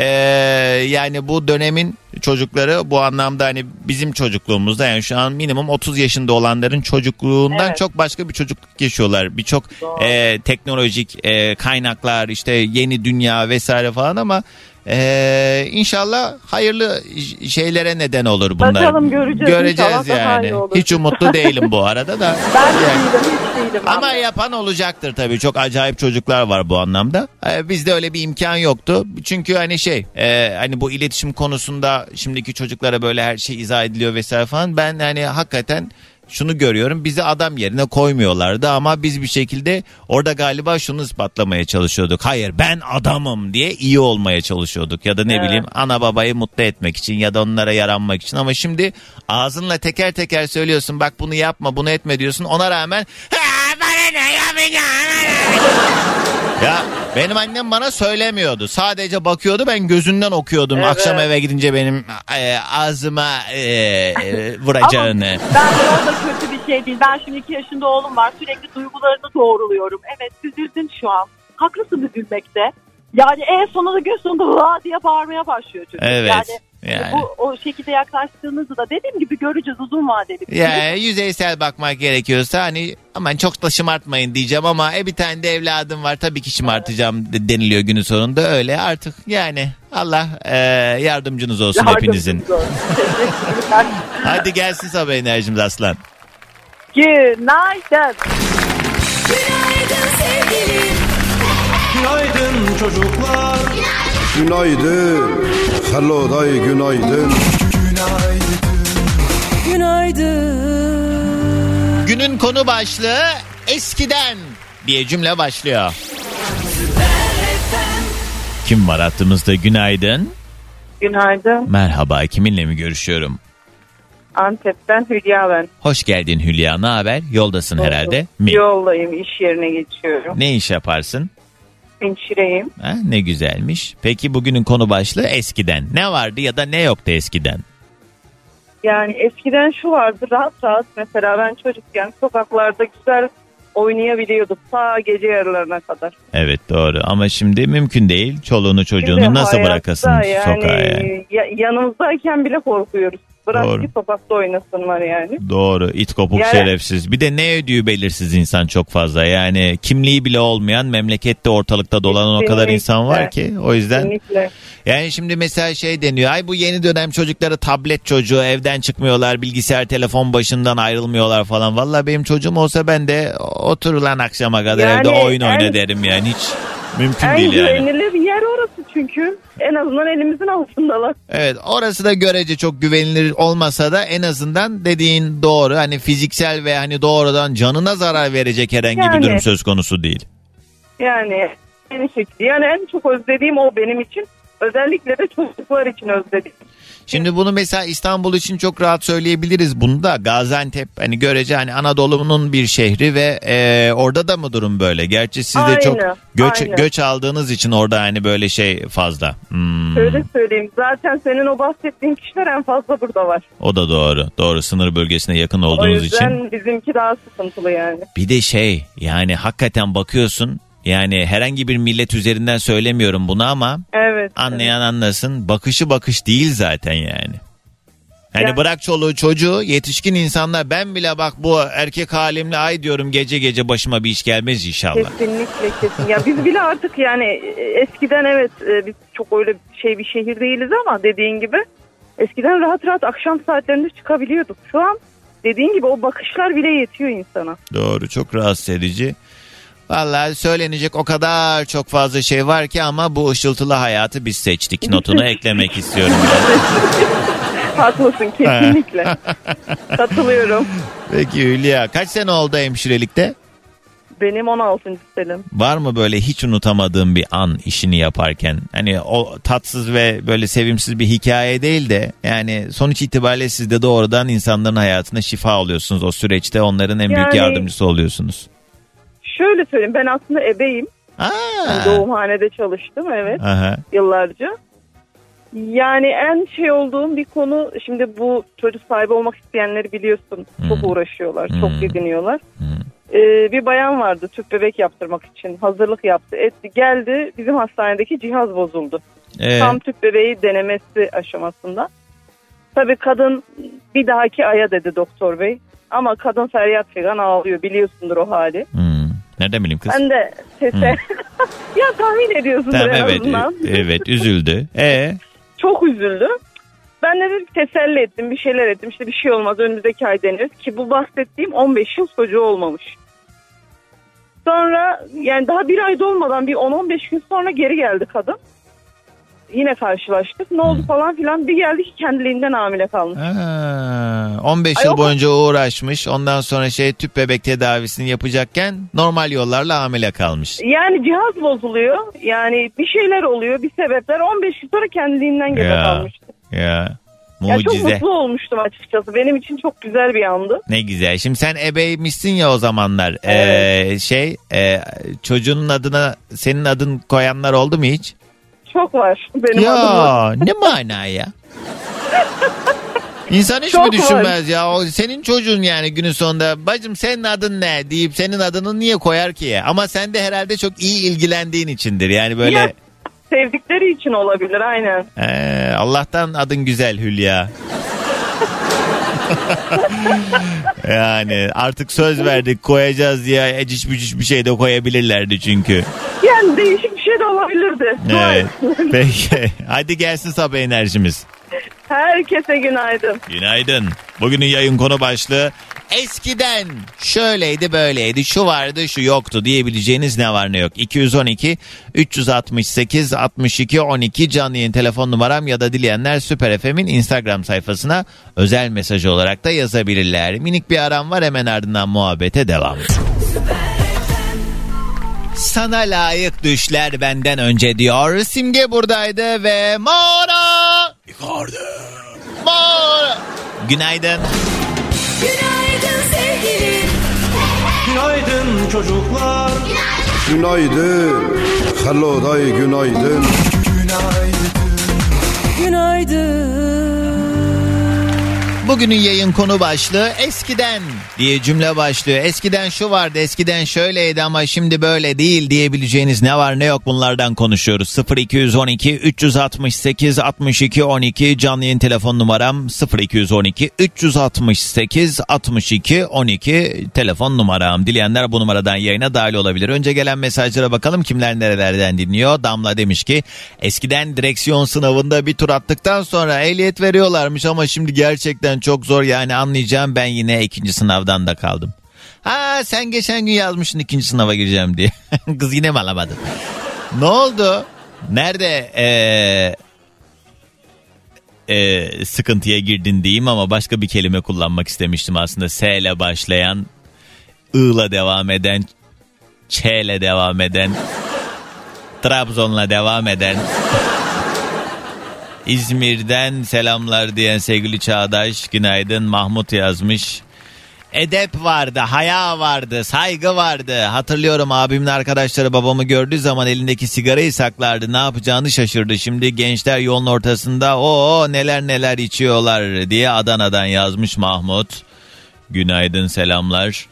S2: yani bu dönemin çocukları bu anlamda hani bizim çocukluğumuzda yani şu an minimum 30 yaşında olanların çocukluğundan çok başka bir çocukluk yaşıyorlar. Birçok teknolojik kaynaklar işte yeni dünya vesaire falan ama inşallah hayırlı şeylere neden olur bunlar.
S7: Bakalım
S2: göreceğiz yani. Hiç umutlu değilim bu arada da.
S7: Ben de hiç değilim.
S2: Ama yapan olacaktır tabii. Çok acayip çocuklar var bu anlamda. Bizde öyle bir imkan yoktu. Çünkü hani hani bu iletişim konusunda şimdiki çocuklara böyle her şey izah ediliyor vesaire falan. Ben hani hakikaten şunu görüyorum, bizi adam yerine koymuyorlardı ama biz bir şekilde orada galiba şunu ispatlamaya çalışıyorduk. Hayır ben adamım diye iyi olmaya çalışıyorduk ya da ne bileyim ana babayı mutlu etmek için ya da onlara yaranmak için. Ama şimdi ağzınla teker teker söylüyorsun, bak bunu yapma bunu etme diyorsun, ona rağmen bana ne yapacağım? Ya benim annem bana söylemiyordu. Sadece bakıyordu, ben gözünden okuyordum. Evet. Akşam eve gidince benim ağzıma vuracağını.
S7: Ama bence o da kötü bir şey değil. Ben şimdi 2 yaşında oğlum var. Sürekli duygularını doğruluyorum. Evet üzüldün şu an. Haklısın üzülmekte. Yani en sonunda gün sonunda diye bağırmaya başlıyor çocuk.
S2: Evet.
S7: Yani. Bu o şekilde yaklaştığınızı da dediğim gibi göreceğiz uzun vadeli.
S2: Ya yüzeysel bakmak gerekiyorsa hani aman çok da şımartmayın diyeceğim ama bir tane de evladım var tabii ki şımartacağım deniliyor günün sonunda, öyle artık yani Allah yardımcınız olsun hepinizin. Hadi gelsin sabah enerjimiz aslan.
S7: Günaydın.
S3: Günaydın sevgilim.
S4: Günaydın çocuklar.
S5: Günaydın. Hello day günaydın.
S3: Günaydın.
S2: Günün konu başlığı eskiden diye cümle başlıyor. Kim var hattımızda? Günaydın.
S8: Günaydın.
S2: Merhaba, kiminle mi görüşüyorum?
S8: Antep'ten Hülya ben.
S2: Hoş geldin Hülya, ne haber? Yoldasın herhalde.
S8: Yoldayım, iş yerine geçiyorum.
S2: Ne iş yaparsın?
S8: Hemşireyim.
S2: Ne güzelmiş. Peki bugünün konu başlığı eskiden. Ne vardı ya da ne yoktu eskiden?
S8: Yani eskiden şu vardı, rahat rahat mesela ben çocukken sokaklarda güzel oynayabiliyorduk ta gece yarılarına kadar.
S2: Evet doğru ama şimdi mümkün değil. Çoluğunu çocuğunu
S8: Şimdi
S2: nasıl
S8: hayatta
S2: bırakasın sokağa yani?
S8: Yanımızdayken bile korkuyoruz. Bırak
S2: Doğru.
S8: ki sokakta oynasınlar yani.
S2: Doğru, it kopuk
S8: Yani-
S2: şerefsiz. Bir de ne ödüğü belirsiz insan çok fazla. Yani kimliği bile olmayan, memlekette ortalıkta dolanan o kadar
S8: Kesinlikle.
S2: insan var ki. O yüzden
S8: Kesinlikle.
S2: yani şimdi mesela şey deniyor. Ay bu yeni dönem çocukları tablet çocuğu, evden çıkmıyorlar, bilgisayar telefon başından ayrılmıyorlar falan. Vallahi benim çocuğum olsa ben de oturulan akşama kadar
S8: Yani
S2: evde oyun
S8: en-
S2: oyna derim yani. Hiç mümkün
S8: En
S2: değil yani.
S8: güvenilir yer orası çünkü. En azından elimizin altındalar.
S2: Evet, orası da görece çok güvenilir olmasa da en azından dediğin doğru. Hani fiziksel ve hani doğrudan canına zarar verecek herhangi bir
S8: Yani.
S2: durum söz konusu değil.
S8: Yani aynı şekilde. Yani en çok özlediğim o benim için. Özellikle de çocuklar için özledim.
S2: Şimdi bunu mesela İstanbul için çok rahat söyleyebiliriz. Bunu da Gaziantep hani görece hani Anadolu'nun bir şehri ve orada da mı durum böyle? Gerçi siz de
S8: Aynı,
S2: çok
S8: aynı.
S2: göç aldığınız için orada hani böyle şey fazla.
S8: Şöyle söyleyeyim. Zaten senin o bahsettiğin kişiler en fazla burada var.
S2: O da doğru. Doğru, sınır bölgesine yakın
S8: O
S2: olduğunuz
S8: yüzden
S2: için.
S8: bizimki daha sıkıntılı yani.
S2: Bir de şey yani hakikaten bakıyorsun yani herhangi bir millet üzerinden söylemiyorum bunu ama
S8: Evet.
S2: anlayan anlasın, bakışı bakış değil zaten yani. Hani
S8: Yani-
S2: bırak çoluğu çocuğu, yetişkin insanlar, ben bile bak bu erkek halimle ay diyorum gece gece başıma bir iş gelmez inşallah.
S8: Kesinlikle kesin. Ya biz bile artık yani eskiden evet biz çok öyle bir şehir değiliz ama dediğin gibi eskiden rahat rahat akşam saatlerinde çıkabiliyorduk. Şu an dediğin gibi o bakışlar bile yetiyor insana.
S2: Doğru, çok rahatsız edici. Vallahi söylenecek o kadar çok fazla şey var ki ama bu ışıltılı hayatı biz seçtik. Notunu eklemek istiyorum.
S8: Haklısın kesinlikle. Katılıyorum.
S2: Peki Hülya, kaç sene oldu hemşirelikte?
S8: Benim 16. senem.
S2: Var mı böyle hiç unutamadığın bir an işini yaparken? Hani o tatsız ve böyle sevimsiz bir hikaye değil de yani sonuç itibariyle siz de doğrudan insanların hayatına şifa oluyorsunuz. O süreçte onların en büyük
S8: Yani-
S2: yardımcısı oluyorsunuz.
S8: Şöyle söyleyeyim, ben aslında ebeyim. Doğumhanede çalıştım evet
S2: Aha.
S8: yıllarca. Yani en olduğum bir konu, şimdi bu çocuk sahibi olmak isteyenleri biliyorsun. Çok uğraşıyorlar, çok didiniyorlar. Bir bayan vardı tüp bebek yaptırmak için hazırlık yaptı. Geldi, bizim hastanedeki cihaz bozuldu. Tam tüp bebeği denemesi aşamasında. Tabii kadın bir dahaki aya dedi doktor bey. Ama kadın feryat figan ağlıyor, biliyorsundur o hali.
S2: Nereden bileyim kız?
S8: Ben de ya tahmin ediyorsundur
S2: Tamam,
S8: en
S2: evet,
S8: azından.
S2: evet üzüldü.
S8: Çok üzüldü. Ben de dedim, teselli ettim, bir şeyler ettim. İşte bir şey olmaz, önümüzdeki ay deneriz. Ki bu bahsettiğim 15 yıl çocuğu olmamış. Sonra yani daha bir ay dolmadan bir 10-15 gün sonra geri geldi kadın. Yine karşılaştık. Ne oldu falan filan. Bir geldi ki kendiliğinden hamile kalmış.
S2: 15 yıl boyunca uğraşmış. Ondan sonra tüp bebek tedavisini yapacakken normal yollarla hamile kalmış.
S8: Yani cihaz bozuluyor. Yani bir şeyler oluyor, bir sebepler. 15 yıl sonra kendiliğinden gebe kalmıştı.
S2: Ya
S8: Ya çok
S2: mucize.
S8: mutlu olmuştum açıkçası. Benim için çok güzel bir andı.
S2: Ne güzel. Şimdi sen ebeymişsin ya o zamanlar.
S8: Evet.
S2: Çocuğunun adına senin adın koyanlar oldu mu hiç?
S8: Çok var benim adım.
S2: Ya ne mana ya? İnsan hiç
S8: Çok
S2: mi düşünmez ya? O senin çocuğun yani günün sonunda bacım senin adın ne deyip senin adını niye koyar ki ya? Ama sen de herhalde çok iyi ilgilendiğin içindir. Yani böyle
S8: Ya, sevdikleri için olabilir aynen.
S2: Allah'tan adın güzel Hülya. Yani artık söz verdik koyacağız diye eciş bücüş bir şey de koyabilirlerdi çünkü.
S8: Yani değişik bir şey de olabilirdi.
S2: Evet. Peki. Hadi gelsin sabah enerjimiz.
S8: Herkese günaydın.
S2: Günaydın. Bugünün yayın konu başlığı eskiden şöyleydi böyleydi şu vardı şu yoktu diyebileceğiniz ne var ne yok. 212 368 62 12 canlı yayın telefon numaram ya da dileyenler Süper FM'in Instagram sayfasına özel mesaj olarak da yazabilirler. Minik bir aram var, hemen ardından muhabbete devam. Sana layık düşler benden önce diyor. Simge buradaydı ve Mora yukarıda. Mora. Günaydın.
S3: Günaydın sevgilim.
S4: Günaydın çocuklar.
S5: Günaydın. Hello day günaydın.
S3: Günaydın.
S2: Bugünün yayın konu başlığı eskiden diye cümle başlıyor. Eskiden şu vardı, eskiden şöyleydi ama şimdi böyle değil diyebileceğiniz ne var ne yok bunlardan konuşuyoruz. 0212 368 62 12 canlı yayın telefon numaram, 0212 368 62 12 telefon numaram. Dileyenler bu numaradan yayına dahil olabilir. Önce gelen mesajlara bakalım kimler nerelerden dinliyor. Damla demiş ki eskiden direksiyon sınavında bir tur attıktan sonra ehliyet veriyorlarmış ama şimdi gerçekten çok zor, yani anlayacağım, ben yine ikinci sınavdan da kaldım. Ha, sen geçen gün yazmışsın ikinci sınava gireceğim diye. Kız yine mi alamadın? Ne oldu? Nerede sıkıntıya girdin diyeyim ama başka bir kelime kullanmak istemiştim aslında. S ile başlayan, I ile devam eden, Ç ile devam eden, Trabzon'la devam eden... İzmir'den selamlar diyen sevgili Çağdaş, günaydın. Mahmut yazmış. Edep vardı, haya vardı, saygı vardı. Hatırlıyorum, abimin arkadaşları babamı gördüğü zaman elindeki sigarayı saklardı. Ne yapacağını şaşırdı. Şimdi gençler yolun ortasında o neler neler içiyorlar diye Adana'dan yazmış Mahmut. Günaydın, selamlar.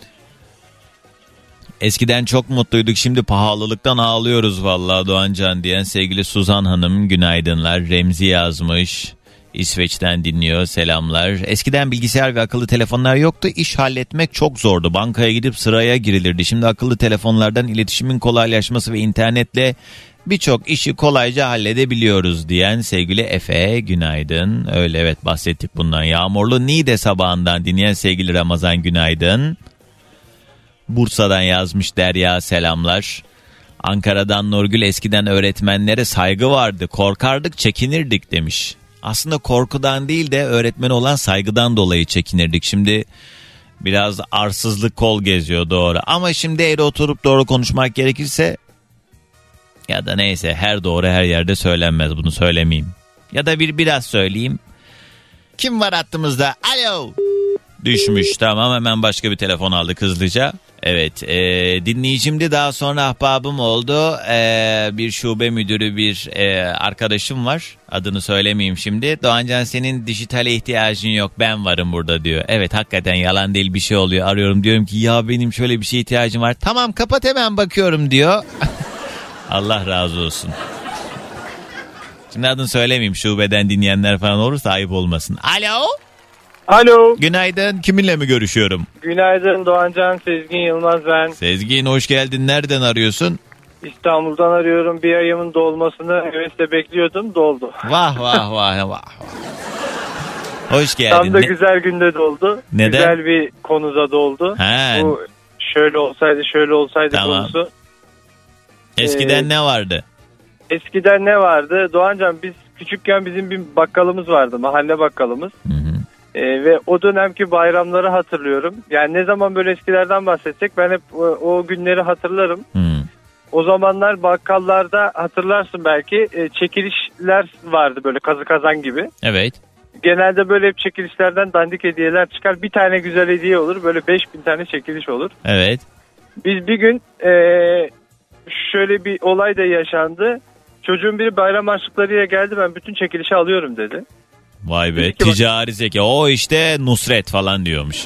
S2: Eskiden çok mutluyduk, şimdi pahalılıktan ağlıyoruz vallahi Doğancan diyen sevgili Suzan Hanım, günaydınlar. Remzi yazmış, İsveç'ten dinliyor, selamlar. Eskiden bilgisayar ve akıllı telefonlar yoktu, iş halletmek çok zordu, bankaya gidip sıraya girilirdi. Şimdi akıllı telefonlardan iletişimin kolaylaşması ve internetle birçok işi kolayca halledebiliyoruz diyen sevgili Efe, günaydın. Öyle, evet, bahsettik bundan. Yağmurlu Niğde sabahından dinleyen sevgili Ramazan, günaydın. Bursa'dan yazmış Derya, selamlar. Ankara'dan Nurgül, eskiden öğretmenlere saygı vardı, korkardık, çekinirdik demiş. Aslında korkudan değil de öğretmene olan saygıdan dolayı çekinirdik. Şimdi biraz arsızlık kol geziyor, doğru. Ama şimdi eğri oturup doğru konuşmak gerekirse, ya da neyse, her doğru her yerde söylenmez, bunu söylemeyeyim. Ya da biraz söyleyeyim. Kim var hattımızda? Alo. Düşmüş, tamam, hemen başka bir telefon aldık hızlıca. Evet, dinleyicimdi, daha sonra ahbabım oldu. Bir şube müdürü bir arkadaşım var, adını söylemeyeyim şimdi. Doğancan, senin dijitale ihtiyacın yok, ben varım burada diyor. Evet, hakikaten yalan değil, bir şey oluyor, arıyorum, diyorum ki ya benim şöyle bir şeye ihtiyacım var. Tamam, kapat, hemen bakıyorum diyor. Allah razı olsun. Şimdi adını söylemeyeyim, şubeden dinleyenler falan olursa ayıp olmasın. Alo.
S9: Alo.
S2: Günaydın. Kiminle mi görüşüyorum?
S9: Günaydın Doğancan, Sezgin Yılmaz ben.
S2: Sezgin, hoş geldin. Nereden arıyorsun?
S9: İstanbul'dan arıyorum. Bir ayımın dolmasını hevesle bekliyordum. Doldu.
S2: Vah vah vah vah. Hoş geldin.
S9: Tam da güzel günde doldu.
S2: Neden?
S9: Güzel bir konuda doldu.
S2: He.
S9: Bu şöyle olsaydı
S2: tamam.
S9: konusu.
S2: Eskiden ne vardı?
S9: Eskiden ne vardı? Doğancan, biz küçükken bizim bir bakkalımız vardı. Mahalle bakkalımız.
S2: Hı.
S9: Ve o dönemki bayramları hatırlıyorum. Yani ne zaman böyle eskilerden bahsetsek ben hep o günleri hatırlarım. O zamanlar bakkallarda hatırlarsın belki, çekilişler vardı böyle kazı kazan gibi.
S2: Evet.
S9: Genelde böyle hep çekilişlerden dandik hediyeler çıkar. Bir tane güzel hediye olur. Böyle 5000 tane çekiliş olur.
S2: Evet.
S9: Biz bir gün şöyle bir olay da yaşandı. Çocuğun biri bayram harçlıklarıyla geldi, ben bütün çekilişi alıyorum dedi.
S2: Vay be, ticari zeka. O işte Nusret falan diyormuş.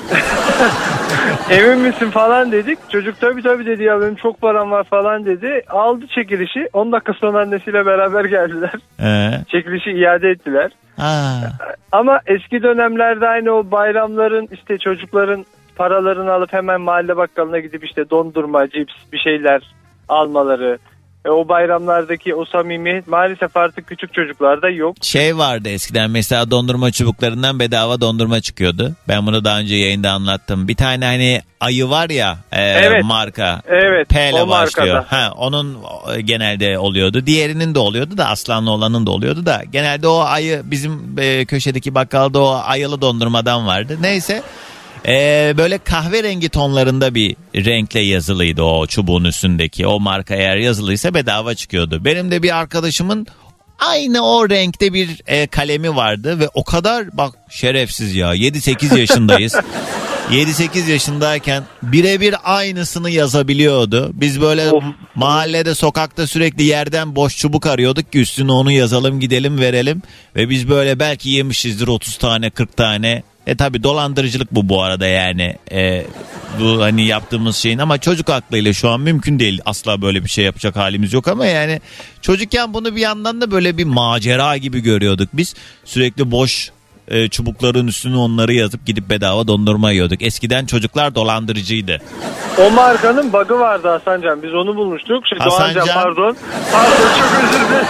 S9: Emin misin falan dedik. Çocuk tabii dedi ya, benim çok param var falan dedi. Aldı çekilişi. 10 dakika sonra annesiyle beraber geldiler. Çekilişi iade ettiler. Ama eski dönemlerde aynı o bayramların işte çocukların paralarını alıp hemen mahalle bakkalına gidip işte dondurma, cips bir şeyler almaları. O bayramlardaki o samimiyet maalesef artık küçük çocuklarda yok.
S2: Şey vardı eskiden, mesela dondurma çubuklarından bedava dondurma çıkıyordu. Ben bunu daha önce yayında anlattım. Bir tane hani ayı var ya,
S9: evet,
S2: marka.
S9: Evet.
S2: P ile başlıyor.
S9: Markada.
S2: Onun genelde oluyordu. Diğerinin de oluyordu da, aslanlı olanın da oluyordu da. Genelde o ayı bizim köşedeki bakkalda o ayılı dondurmadan vardı. Neyse. Böyle kahverengi tonlarında bir renkle yazılıydı o çubuğun üstündeki. O marka eğer yazılıysa bedava çıkıyordu. Benim de bir arkadaşımın aynı o renkte bir kalemi vardı ve o kadar, bak şerefsiz ya, 7-8 yaşındayız. 7-8 yaşındayken birebir aynısını yazabiliyordu. Biz böyle mahallede, sokakta sürekli yerden boş çubuk arıyorduk ki üstüne onu yazalım, gidelim, verelim. Ve biz böyle belki yemişizdir 30 tane 40 tane. Tabi dolandırıcılık bu arada yani. Bu hani yaptığımız şeyin, ama çocuk aklıyla şu an mümkün değil. Asla böyle bir şey yapacak halimiz yok ama yani çocukken bunu bir yandan da böyle bir macera gibi görüyorduk biz. Sürekli boş çubukların üstüne onları yazıp gidip bedava dondurma yiyorduk. Eskiden çocuklar dolandırıcıydı.
S9: O markanın bug'ı vardı Hasancan. Biz onu bulmuştuk. Doğancan pardon. Çok özür dilerim.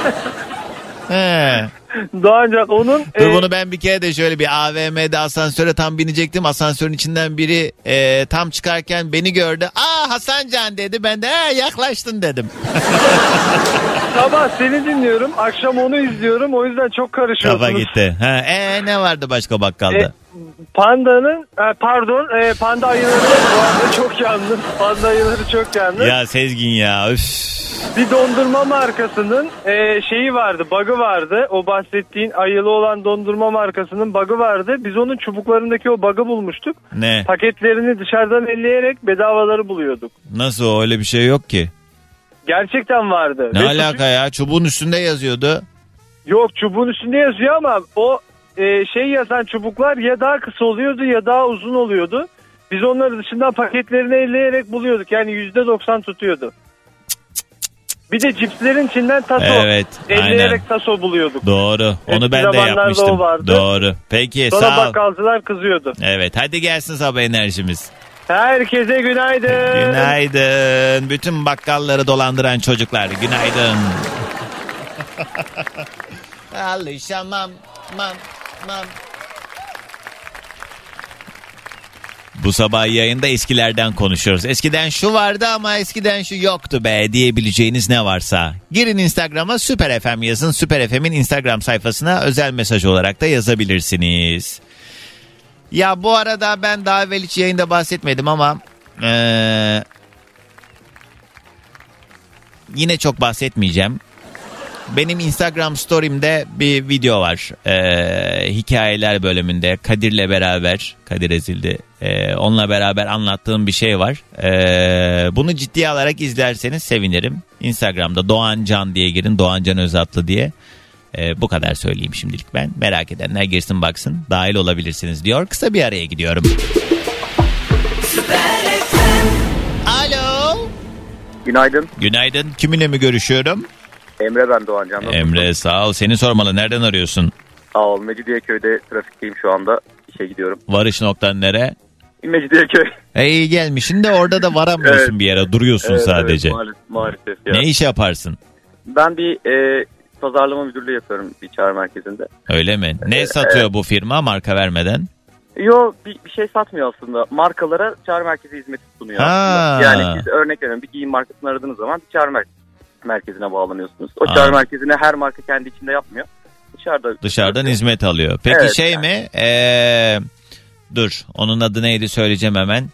S2: He.
S9: Doğancak onun...
S2: Dur bunu ben bir kere de şöyle bir AVM'de asansöre tam binecektim. Asansörün içinden biri tam çıkarken beni gördü. Aa Hasancan dedi. Ben de yaklaştın dedim.
S9: Sabah seni dinliyorum. Akşam onu izliyorum. O yüzden çok karışıyorsunuz.
S2: Kafa gitti. Ne vardı başka bakkalda?
S9: Panda ayıları bu arada çok yalnız. Panda ayıları çok yalnız.
S2: Ya Sezgin ya. Üf.
S9: Bir dondurma markasının şeyi vardı, bug'ı vardı. O bahsettiğin ayılı olan dondurma markasının bug'ı vardı. Biz onun çubuklarındaki o bug'ı bulmuştuk.
S2: Ne?
S9: Paketlerini dışarıdan elleyerek bedavaları buluyorduk.
S2: Nasıl, öyle bir şey yok ki?
S9: Gerçekten vardı.
S2: Ne alaka ya? Çubuğun üstünde yazıyordu.
S9: Yok, çubuğun üstünde yazıyor ama o yazan çubuklar ya daha kısa oluyordu ya daha uzun oluyordu. Biz onları dışından paketlerini elleyerek buluyorduk. Yani %90 tutuyordu. Bir de cipslerin içinden taso, elleyerek aynen. Taso buluyorduk.
S2: Doğru. Onu ben de yapmıştım. Doğru. Peki
S9: sonra
S2: sağ ol.
S9: Bakkalcılar kızıyordu.
S2: Evet, hadi gelsin sabah enerjimiz.
S9: Herkese günaydın.
S2: Günaydın. Bütün bakkalları dolandıran çocuklar. Günaydın. Alışamam. Bu sabah yayında eskilerden konuşuyoruz. Eskiden şu vardı ama eskiden şu yoktu be diyebileceğiniz ne varsa. Girin Instagram'a Süper FM yazın. Süper FM'in Instagram sayfasına özel mesaj olarak da yazabilirsiniz. Ya bu arada ben daha evvel hiç yayında bahsetmedim ama yine çok bahsetmeyeceğim. Benim Instagram story'imde bir video var. Hikayeler bölümünde Kadir'le beraber, Kadir Ezildi, onunla beraber anlattığım bir şey var. Bunu ciddiye alarak izlerseniz sevinirim. Instagram'da Doğancan diye girin, Doğancan Özatlı diye. Bu kadar söyleyeyim şimdilik ben. Merak edenler girsin baksın, dahil olabilirsiniz diyor. Kısa bir araya gidiyorum. Alo.
S10: Günaydın.
S2: Günaydın. Kiminle mi görüşüyorum?
S10: Emre ben Doğancan.
S2: Emre sağ ol. Seni sormalı. Nereden arıyorsun?
S10: Sağ ol. Mecidiyeköy'de trafikteyim şu anda. İşe gidiyorum.
S2: Varış noktan nere?
S10: Mecidiyeköy.
S2: İyi gelmişsin de orada da varamıyorsun evet. Bir yere. Duruyorsun evet, sadece.
S10: Evet, maalesef ya.
S2: Ne iş yaparsın?
S10: Ben bir pazarlama müdürlüğü yapıyorum bir çağrı merkezinde.
S2: Öyle mi? Ne satıyor bu firma marka vermeden?
S10: Yok bir şey satmıyor aslında. Markalara çağrı merkezi hizmeti sunuyor aslında. Yani siz örnek veriyorum bir giyim markasını aradığınız zaman bir çağrı merkezine bağlanıyorsunuz. O çağrı merkezine her marka kendi içinde yapmıyor. Dışarıdan
S2: hizmet alıyor. Peki evet, şey yani. Mi? Dur onun adı neydi söyleyeceğim hemen.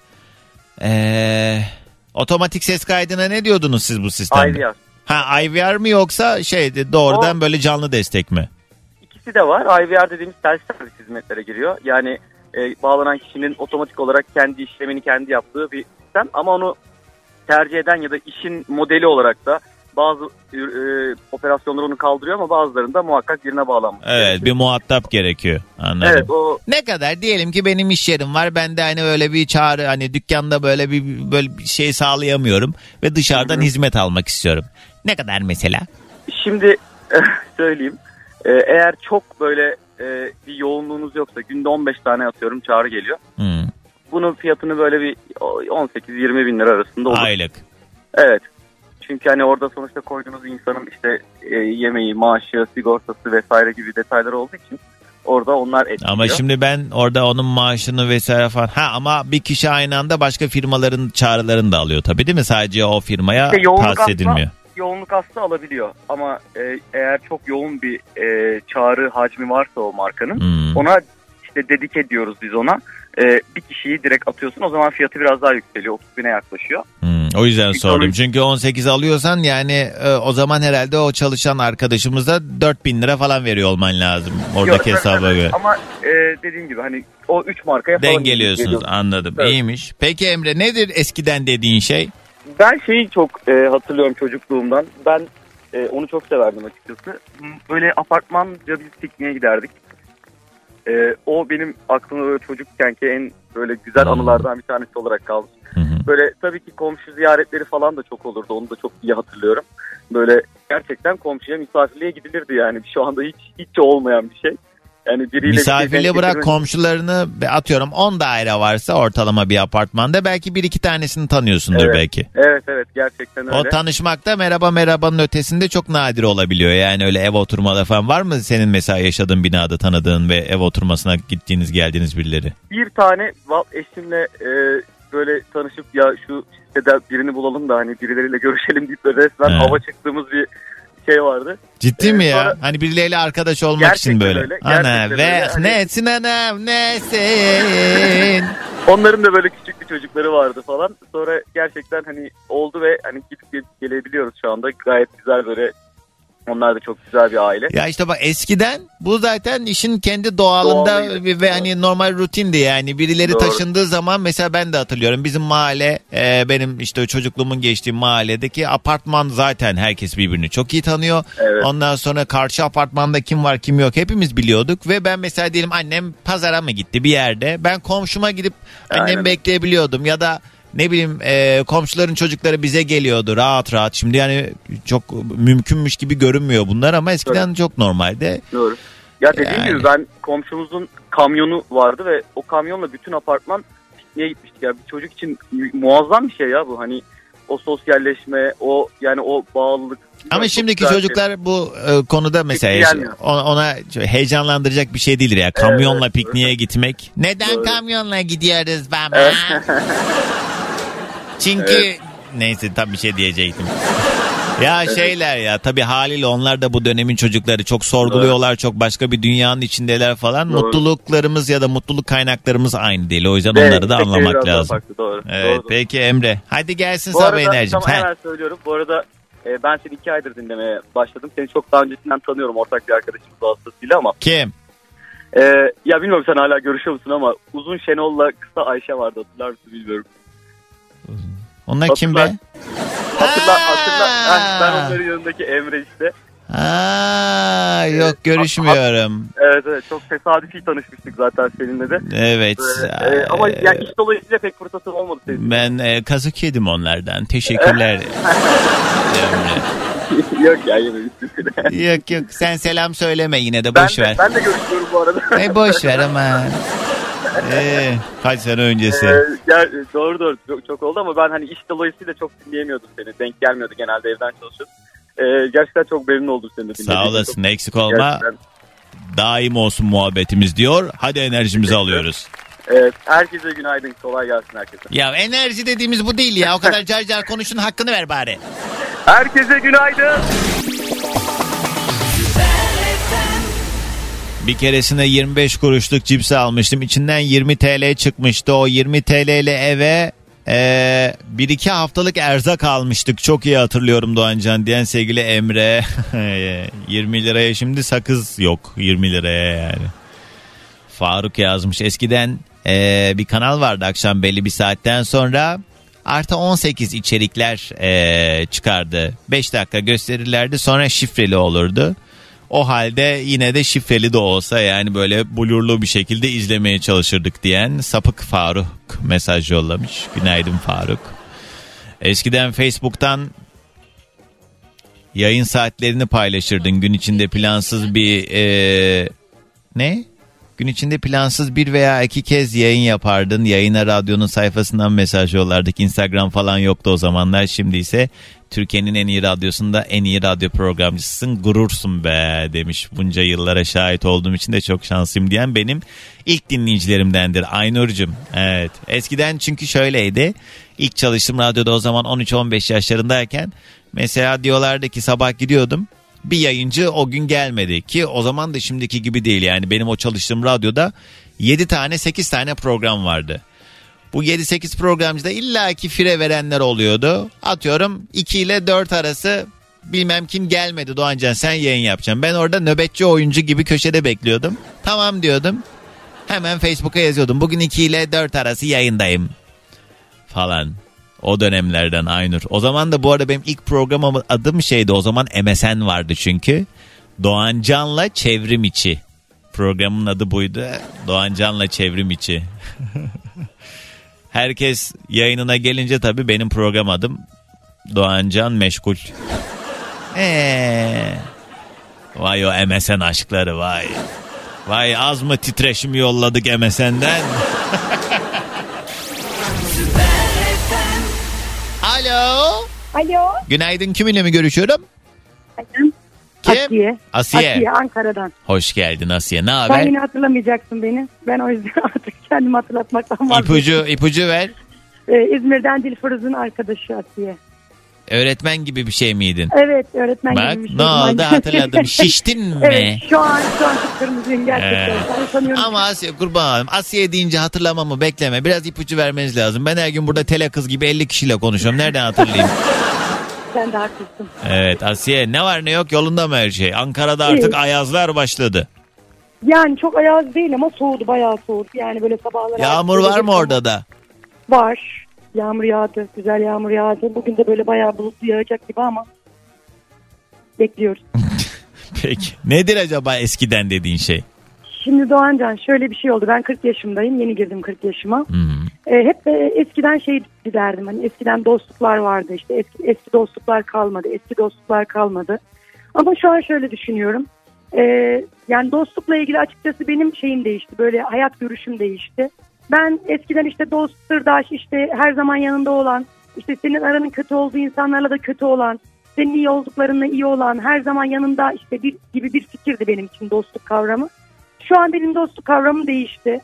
S2: Otomatik ses kaydına ne diyordunuz siz bu sistemde?
S10: IVR.
S2: IVR mi yoksa doğrudan böyle canlı destek mi?
S10: İkisi de var. IVR dediğimiz self-service hizmetlere giriyor. Yani bağlanan kişinin otomatik olarak kendi işlemini kendi yaptığı bir sistem. Ama onu tercih eden ya da işin modeli olarak da bazı operasyonları onu kaldırıyor ama bazılarında muhakkak birine bağlanmış.
S2: Evet gerekiyor. Bir muhatap gerekiyor. Anladım.
S10: Evet, o...
S2: Ne kadar diyelim ki benim iş yerim var. Ben de hani öyle bir çağrı hani dükkanda böyle bir şey sağlayamıyorum ve dışarıdan hizmet almak istiyorum. Ne kadar mesela?
S10: Şimdi söyleyeyim. Eğer çok böyle bir yoğunluğunuz yoksa günde 15 tane atıyorum çağrı geliyor. Bunun fiyatını böyle bir 18-20 bin lira arasında olur.
S2: Aylık.
S10: Evet. Çünkü hani orada sonuçta koyduğunuz insanın işte yemeği, maaşı, sigortası vesaire gibi detaylar olduğu için orada onlar etkiliyor.
S2: Ama şimdi ben orada onun maaşını vesaire falan. Ama bir kişi aynı anda başka firmaların çağrılarını da alıyor tabii değil mi? Sadece o firmaya işte tahsis edilmiyor.
S10: Yoğunluk aslında alabiliyor ama eğer çok yoğun bir çağrı hacmi varsa o markanın ona işte dedike ediyoruz biz ona. Bir kişiyi direkt atıyorsun o zaman fiyatı biraz daha yükseliyor 30 bine yaklaşıyor.
S2: O yüzden sordum. Çünkü 18 alıyorsan yani o zaman herhalde o çalışan arkadaşımıza 4.000 lira falan veriyor olman lazım. Oradaki hesaba göre.
S10: Ama dediğim gibi hani o 3 markaya falan
S2: dengeliyorsunuz, anladım. Evet. İyiymiş. Peki Emre, nedir eskiden dediğin şey?
S10: Ben şeyi çok hatırlıyorum çocukluğumdan. Ben onu çok severdim açıkçası. Böyle apartmanca biz pikniğe giderdik. O benim aklımda böyle çocukkenki en böyle güzel anılardan bir tanesi olarak kaldı. Böyle tabii ki komşu ziyaretleri falan da çok olurdu. Onu da çok iyi hatırlıyorum. Böyle gerçekten komşuya misafirliğe gidilirdi yani. Şu anda hiç olmayan bir şey. Yani biriyle
S2: misafirliğe bırak komşularını, atıyorum 10 daire varsa ortalama bir apartmanda belki 1-2 tanesini tanıyorsundur belki.
S10: Evet gerçekten öyle.
S2: O tanışmakta merhabanın ötesinde çok nadir olabiliyor. Yani öyle ev oturmaları falan var mı senin mesela yaşadığın binada tanıdığın ve ev oturmasına gittiğiniz geldiğiniz birileri?
S10: Bir tane eşimle böyle tanışıp ya şu sitede birini bulalım da hani birileriyle görüşelim deyip de resmen hava çıktığımız bir şey vardı.
S2: Ciddi mi ya? Hani birileriyle arkadaş olmak için böyle.
S10: Öyle,
S2: ana ve
S10: hani...
S2: nesin anam nesin?
S10: Onların da böyle küçük bir çocukları vardı falan. Sonra gerçekten hani oldu ve hani gidip gelebiliyoruz şu anda. Gayet güzel böyle. Onlar da çok güzel bir aile.
S2: Ya işte bak, eskiden bu zaten işin kendi doğalında ve hani normal rutindi yani. Birileri taşındığı zaman mesela ben de hatırlıyorum. Bizim mahalle, benim işte çocukluğumun geçtiği mahalledeki apartman zaten herkes birbirini çok iyi tanıyor. Evet. Ondan sonra karşı apartmanda kim var kim yok hepimiz biliyorduk. Ve ben mesela diyelim annem pazara mı gitti bir yerde. Ben komşuma gidip annemi bekleyebiliyordum ya da... Ne bileyim komşuların çocukları bize geliyordu rahat. Şimdi yani çok mümkünmüş gibi görünmüyor bunlar ama eskiden çok normaldi.
S10: Doğru. Ya dediğim gibi ben komşumuzun kamyonu vardı ve o kamyonla bütün apartman pikniğe gitmiştik. Yani bir çocuk için muazzam bir şey ya bu. Hani o sosyalleşme, o yani o bağlılık.
S2: Ama şimdiki çocuklar bu konuda mesela ona heyecanlandıracak bir şey değildir ya. Kamyonla pikniğe gitmek. Neden kamyonla gidiyoruz baba? Çünkü neyse tam bir şey diyecektim. Ya şeyler ya tabii haliyle onlar da bu dönemin çocukları çok sorguluyorlar, çok başka bir dünyanın içindeler falan. Mutluluklarımız ya da mutluluk kaynaklarımız aynı değil. O yüzden onları da anlamak lazım.
S10: Doğru.
S2: Evet, peki Emre. Hadi gelsin sabah enerjim.
S10: Hemen söylüyorum. Bu arada ben seni 2 aydır dinlemeye başladım. Seni çok daha öncesinden tanıyorum ortak bir arkadaşımız vasıtasıyla ama.
S2: Kim?
S10: Ya bilmiyorum sen hala görüşüyor musun ama Uzun Şenol'la Kısa Ayşe vardı, hatırlar mısın bilmiyorum.
S2: Onlar kim be?
S10: Hatırla. Ben onların yanındaki Emre işte.
S2: Yok görüşmüyorum.
S10: Evet çok tesadüfi tanışmıştık zaten seninle de.
S2: Evet.
S10: Ama yani iş dolayısıyla pek fırsatım olmadı senin.
S2: Ben kazık yedim onlardan. Teşekkürler.
S10: Yok ya yine
S2: Yok sen selam söyleme yine de boş ver.
S10: Ben de görüşüyorum bu arada.
S2: Boş ver ama. Kaç sene öncesi.
S10: Doğru çok oldu ama ben hani iş dolayısıyla çok dinleyemiyordum seni. Denk gelmiyordu, genelde evden çalışıyordum. Gerçekten çok memnun oldum seninle.
S2: Sağ olasın, eksik olma. Gerçekten. Daim olsun muhabbetimiz diyor. Hadi enerjimizi alıyoruz.
S10: Evet, herkese günaydın, kolay gelsin herkese.
S2: Ya enerji dediğimiz bu değil ya, o kadar car konuşun, hakkını ver bari.
S10: Herkese günaydın.
S2: Bir keresinde 25 kuruşluk cips almıştım. İçinden 20 TL çıkmıştı. O 20 TL ile eve 1-2 haftalık erzak almıştık. Çok iyi hatırlıyorum Doğancan diyen sevgili Emre. 20 liraya şimdi sakız yok 20 liraya yani. Faruk yazmış. Eskiden bir kanal vardı, akşam belli bir saatten sonra artı 18 içerikler çıkardı. 5 dakika gösterirlerdi, sonra şifreli olurdu. O halde yine de şifreli de olsa yani böyle blurlu bir şekilde izlemeye çalışırdık diyen Sapık Faruk mesaj yollamış. Günaydın Faruk. Eskiden Facebook'tan yayın saatlerini paylaşırdın. Gün içinde plansız bir Gün içinde plansız 1 veya 2 kez yayın yapardın. Yayına radyonun sayfasından mesaj yollardık. Instagram falan yoktu o zamanlar. Şimdi ise Türkiye'nin en iyi radyosunda en iyi radyo programcısısın. Gurursun be demiş. Bunca yıllara şahit olduğum için de çok şanslıyım diyen benim ilk dinleyicilerimdendir. Aynur'cum. Evet. Eskiden çünkü şöyleydi. İlk çalıştığım radyoda o zaman 13-15 yaşlarındayken mesela diyorlardı ki sabah gidiyordum. Bir yayıncı o gün gelmedi ki o zaman da şimdiki gibi değil yani benim o çalıştığım radyoda 7 tane 8 tane program vardı. Bu 7-8 programcıda illaki fire verenler oluyordu. Atıyorum 2 ile 4 arası bilmem kim gelmedi, Doğancan sen yayın yapacaksın. Ben orada nöbetçi oyuncu gibi köşede bekliyordum. Tamam diyordum. Hemen Facebook'a yazıyordum. Bugün 2 ile 4 arası yayındayım falan. O dönemlerden Aynur. O zaman da bu arada benim ilk programım adım şeydi. O zaman MSN vardı çünkü. Doğancan'la Çevrim İçi. Programın adı buydu. Doğancan'la Çevrim İçi. Herkes yayınına gelince tabii benim program adım Doğancan Meşgul. Vay o MSN aşkları vay. Vay az mı titreşim yolladık MSN'den. Alo.
S11: Alo.
S2: Günaydın, kiminle mi görüşüyorum?
S11: Kim? Asiye.
S2: Asiye
S11: Ankara'dan.
S2: Hoş geldin Asiye. Ne haber?
S11: Sen yine hatırlamayacaksın beni. Ben o yüzden artık kendimi hatırlatmaktan vazgeçtim.
S2: İpucu ver.
S11: İzmir'den Dilfuruz'un arkadaşı Asiye.
S2: Öğretmen gibi bir şey miydin?
S11: Evet, öğretmen
S2: bak,
S11: gibi bir şey.
S2: Bak ne oldu hatırladım. Şiştin mi?
S11: Evet, şu an kıpkırmızıyım gerçekten.
S2: Ama Asiye kurban olayım. Asiye deyince hatırlamamı bekleme. Biraz ipucu vermeniz lazım. Ben her gün burada tele kız gibi 50 kişiyle konuşuyorum. Nereden hatırlayayım?
S11: Sen de haklısın.
S2: Evet Asiye, ne var ne yok yolunda mı her şey? Ankara'da artık ayazlar başladı.
S11: Yani çok ayaz değil ama soğudu, bayağı soğudu. Yani böyle sabahlar.
S2: Yağmur var mı orada da?
S11: Var. Yağmur yağdı. Güzel yağmur yağdı. Bugün de böyle bayağı bulutlu yağacak gibi ama bekliyoruz.
S2: Peki. Nedir acaba eskiden dediğin şey?
S11: Şimdi Doğancan şöyle bir şey oldu. Ben 40 yaşındayım. Yeni girdim 40 yaşıma. Hep eskiden şey derdim. Hani eskiden dostluklar vardı. İşte eski dostluklar kalmadı. Eski dostluklar kalmadı. Ama şu an şöyle düşünüyorum. Yani dostlukla ilgili açıkçası benim şeyim değişti. Böyle hayat görüşüm değişti. Ben eskiden işte dost, sırdaş, işte her zaman yanında olan, işte senin aranın kötü olduğu insanlarla da kötü olan, senin iyi olduklarınla iyi olan, her zaman yanında işte gibi bir fikirdi benim için dostluk kavramı. Şu an benim dostluk kavramım değişti.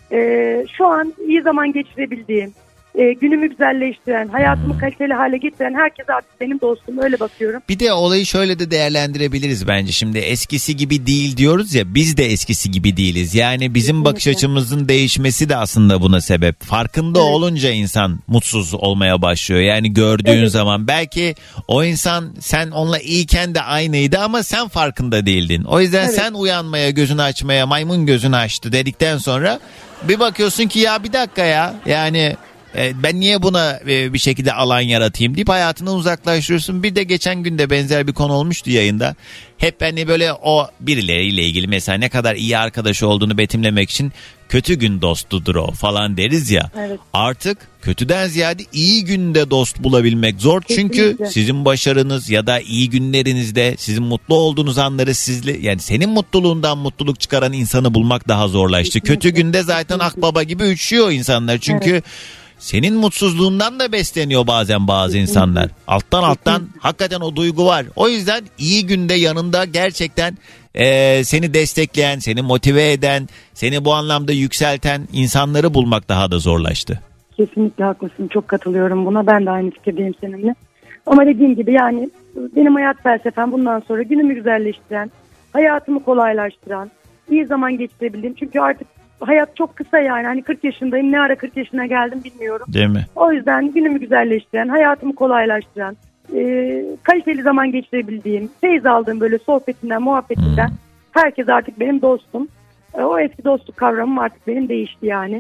S11: Şu an iyi zaman geçirebildiğim, günümü güzelleştiren, hayatımı kaliteli hale getiren herkes artık benim dostum, öyle bakıyorum.
S2: Bir de olayı şöyle de değerlendirebiliriz bence. Şimdi eskisi gibi değil diyoruz ya, biz de eskisi gibi değiliz. Yani bizim bakış açımızın değişmesi de aslında buna sebep. Farkında olunca insan mutsuz olmaya başlıyor. Yani gördüğün zaman belki o insan sen onunla iyiyken de aynıydı ama sen farkında değildin. O yüzden sen uyanmaya, gözünü açmaya, maymun gözünü açtı dedikten sonra bir bakıyorsun ki ya bir dakika ya, yani ben niye buna bir şekilde alan yaratayım deyip hayatından uzaklaştırıyorsun. Bir de geçen gün de benzer bir konu olmuştu yayında. Hep hani böyle o birileriyle ilgili mesela ne kadar iyi arkadaş olduğunu betimlemek için kötü gün dostudur o falan deriz ya. Evet. Artık kötüden ziyade iyi günde dost bulabilmek zor. Kesinlikle. Çünkü sizin başarınız ya da iyi günlerinizde sizin mutlu olduğunuz anları yani senin mutluluğundan mutluluk çıkaran insanı bulmak daha zorlaştı. Kesinlikle. Kötü günde zaten akbaba gibi üşüyor insanlar. Çünkü senin mutsuzluğundan da besleniyor bazen bazı insanlar. Alttan hakikaten o duygu var. O yüzden iyi günde yanında gerçekten seni destekleyen, seni motive eden, seni bu anlamda yükselten insanları bulmak daha da zorlaştı.
S11: Kesinlikle haklısın. Çok katılıyorum buna. Ben de aynı fikirdeyim seninle. Ama dediğim gibi yani benim hayat felsefem bundan sonra günümü güzelleştiren, hayatımı kolaylaştıran, iyi zaman geçirebildiğim. Çünkü artık hayat çok kısa yani. Hani 40 yaşındayım. Ne ara 40 yaşına geldim bilmiyorum.
S2: Değil mi?
S11: O yüzden günümü güzelleştiren, hayatımı kolaylaştıran, kaliteli zaman geçirebildiğim, feyiz aldığım böyle sohbetinden, muhabbetinden herkes artık benim dostum. O eski dostluk kavramım artık benim değişti yani.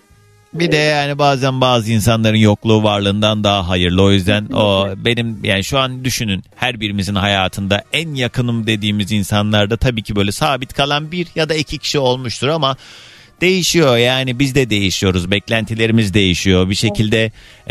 S2: Bir de yani bazen bazı insanların yokluğu varlığından daha hayırlı. O yüzden o benim yani şu an düşünün her birimizin hayatında en yakınım dediğimiz insanlarda tabii ki böyle sabit kalan bir ya da iki kişi olmuştur ama değişiyor yani, biz de değişiyoruz, beklentilerimiz değişiyor bir şekilde,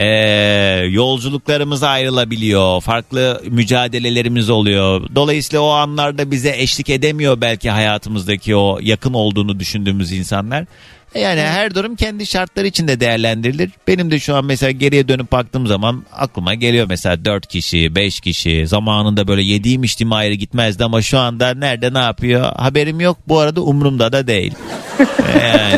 S2: yolculuklarımız ayrılabiliyor, farklı mücadelelerimiz oluyor. Dolayısıyla o anlarda bize eşlik edemiyor belki hayatımızdaki o yakın olduğunu düşündüğümüz insanlar. Yani her durum kendi şartları içinde değerlendirilir. Benim de şu an mesela geriye dönüp baktığım zaman aklıma geliyor mesela 4 kişi, 5 kişi. Zamanında böyle yediğim içtiğim ayrı gitmezdi ama şu anda nerede ne yapıyor haberim yok. Bu arada umurumda da değil. Yani.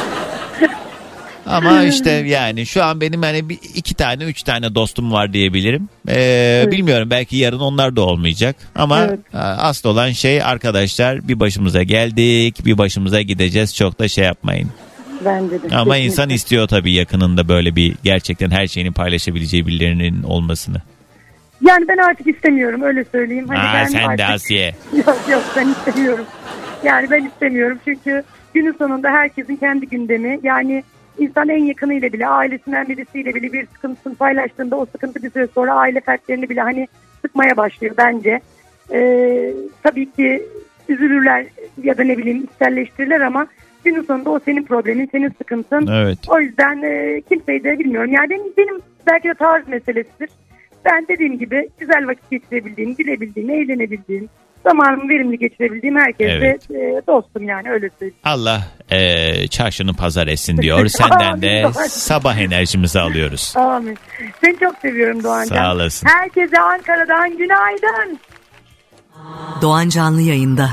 S2: Ama işte yani şu an benim hani 2 tane 3 tane dostum var diyebilirim. Bilmiyorum, belki yarın onlar da olmayacak. Ama asıl olan şey arkadaşlar, bir başımıza geldik, bir başımıza gideceğiz. Çok da şey yapmayın.
S11: Bence de.
S2: Ama
S11: Kesinlikle.
S2: insan istiyor tabii yakınında böyle bir gerçekten her şeyini paylaşabileceği birilerinin olmasını.
S11: Yani ben artık istemiyorum, öyle söyleyeyim. Ben
S2: sen
S11: artık...
S2: de Asiye.
S11: Yok ben istemiyorum. Yani ben istemiyorum çünkü günün sonunda herkesin kendi gündemi. Yani insan en yakınıyla bile, ailesinden birisiyle bile bir sıkıntısını paylaştığında o sıkıntı bir süre sonra aile fertlerini bile hani sıkmaya başlıyor bence. Tabii ki üzülürler ya da ne bileyim içselleştirirler ama günün sonunda o senin problemin, senin sıkıntın.
S2: Evet.
S11: O yüzden kimseyi de bilmiyorum. Yani benim belki de tarz meselesidir. Ben dediğim gibi güzel vakit geçirebildiğim, gülebildiğim, eğlenebildiğim, zamanımı verimli geçirebildiğim herkese dostum yani, öyle söyleyeyim.
S2: Allah çarşını pazar etsin diyor. Senden de sabah enerjimizi alıyoruz.
S11: Amin. Seni çok seviyorum Doğancan.
S2: Sağ olasın.
S11: Herkese Ankara'dan günaydın.
S12: Doğan Canlı yayında.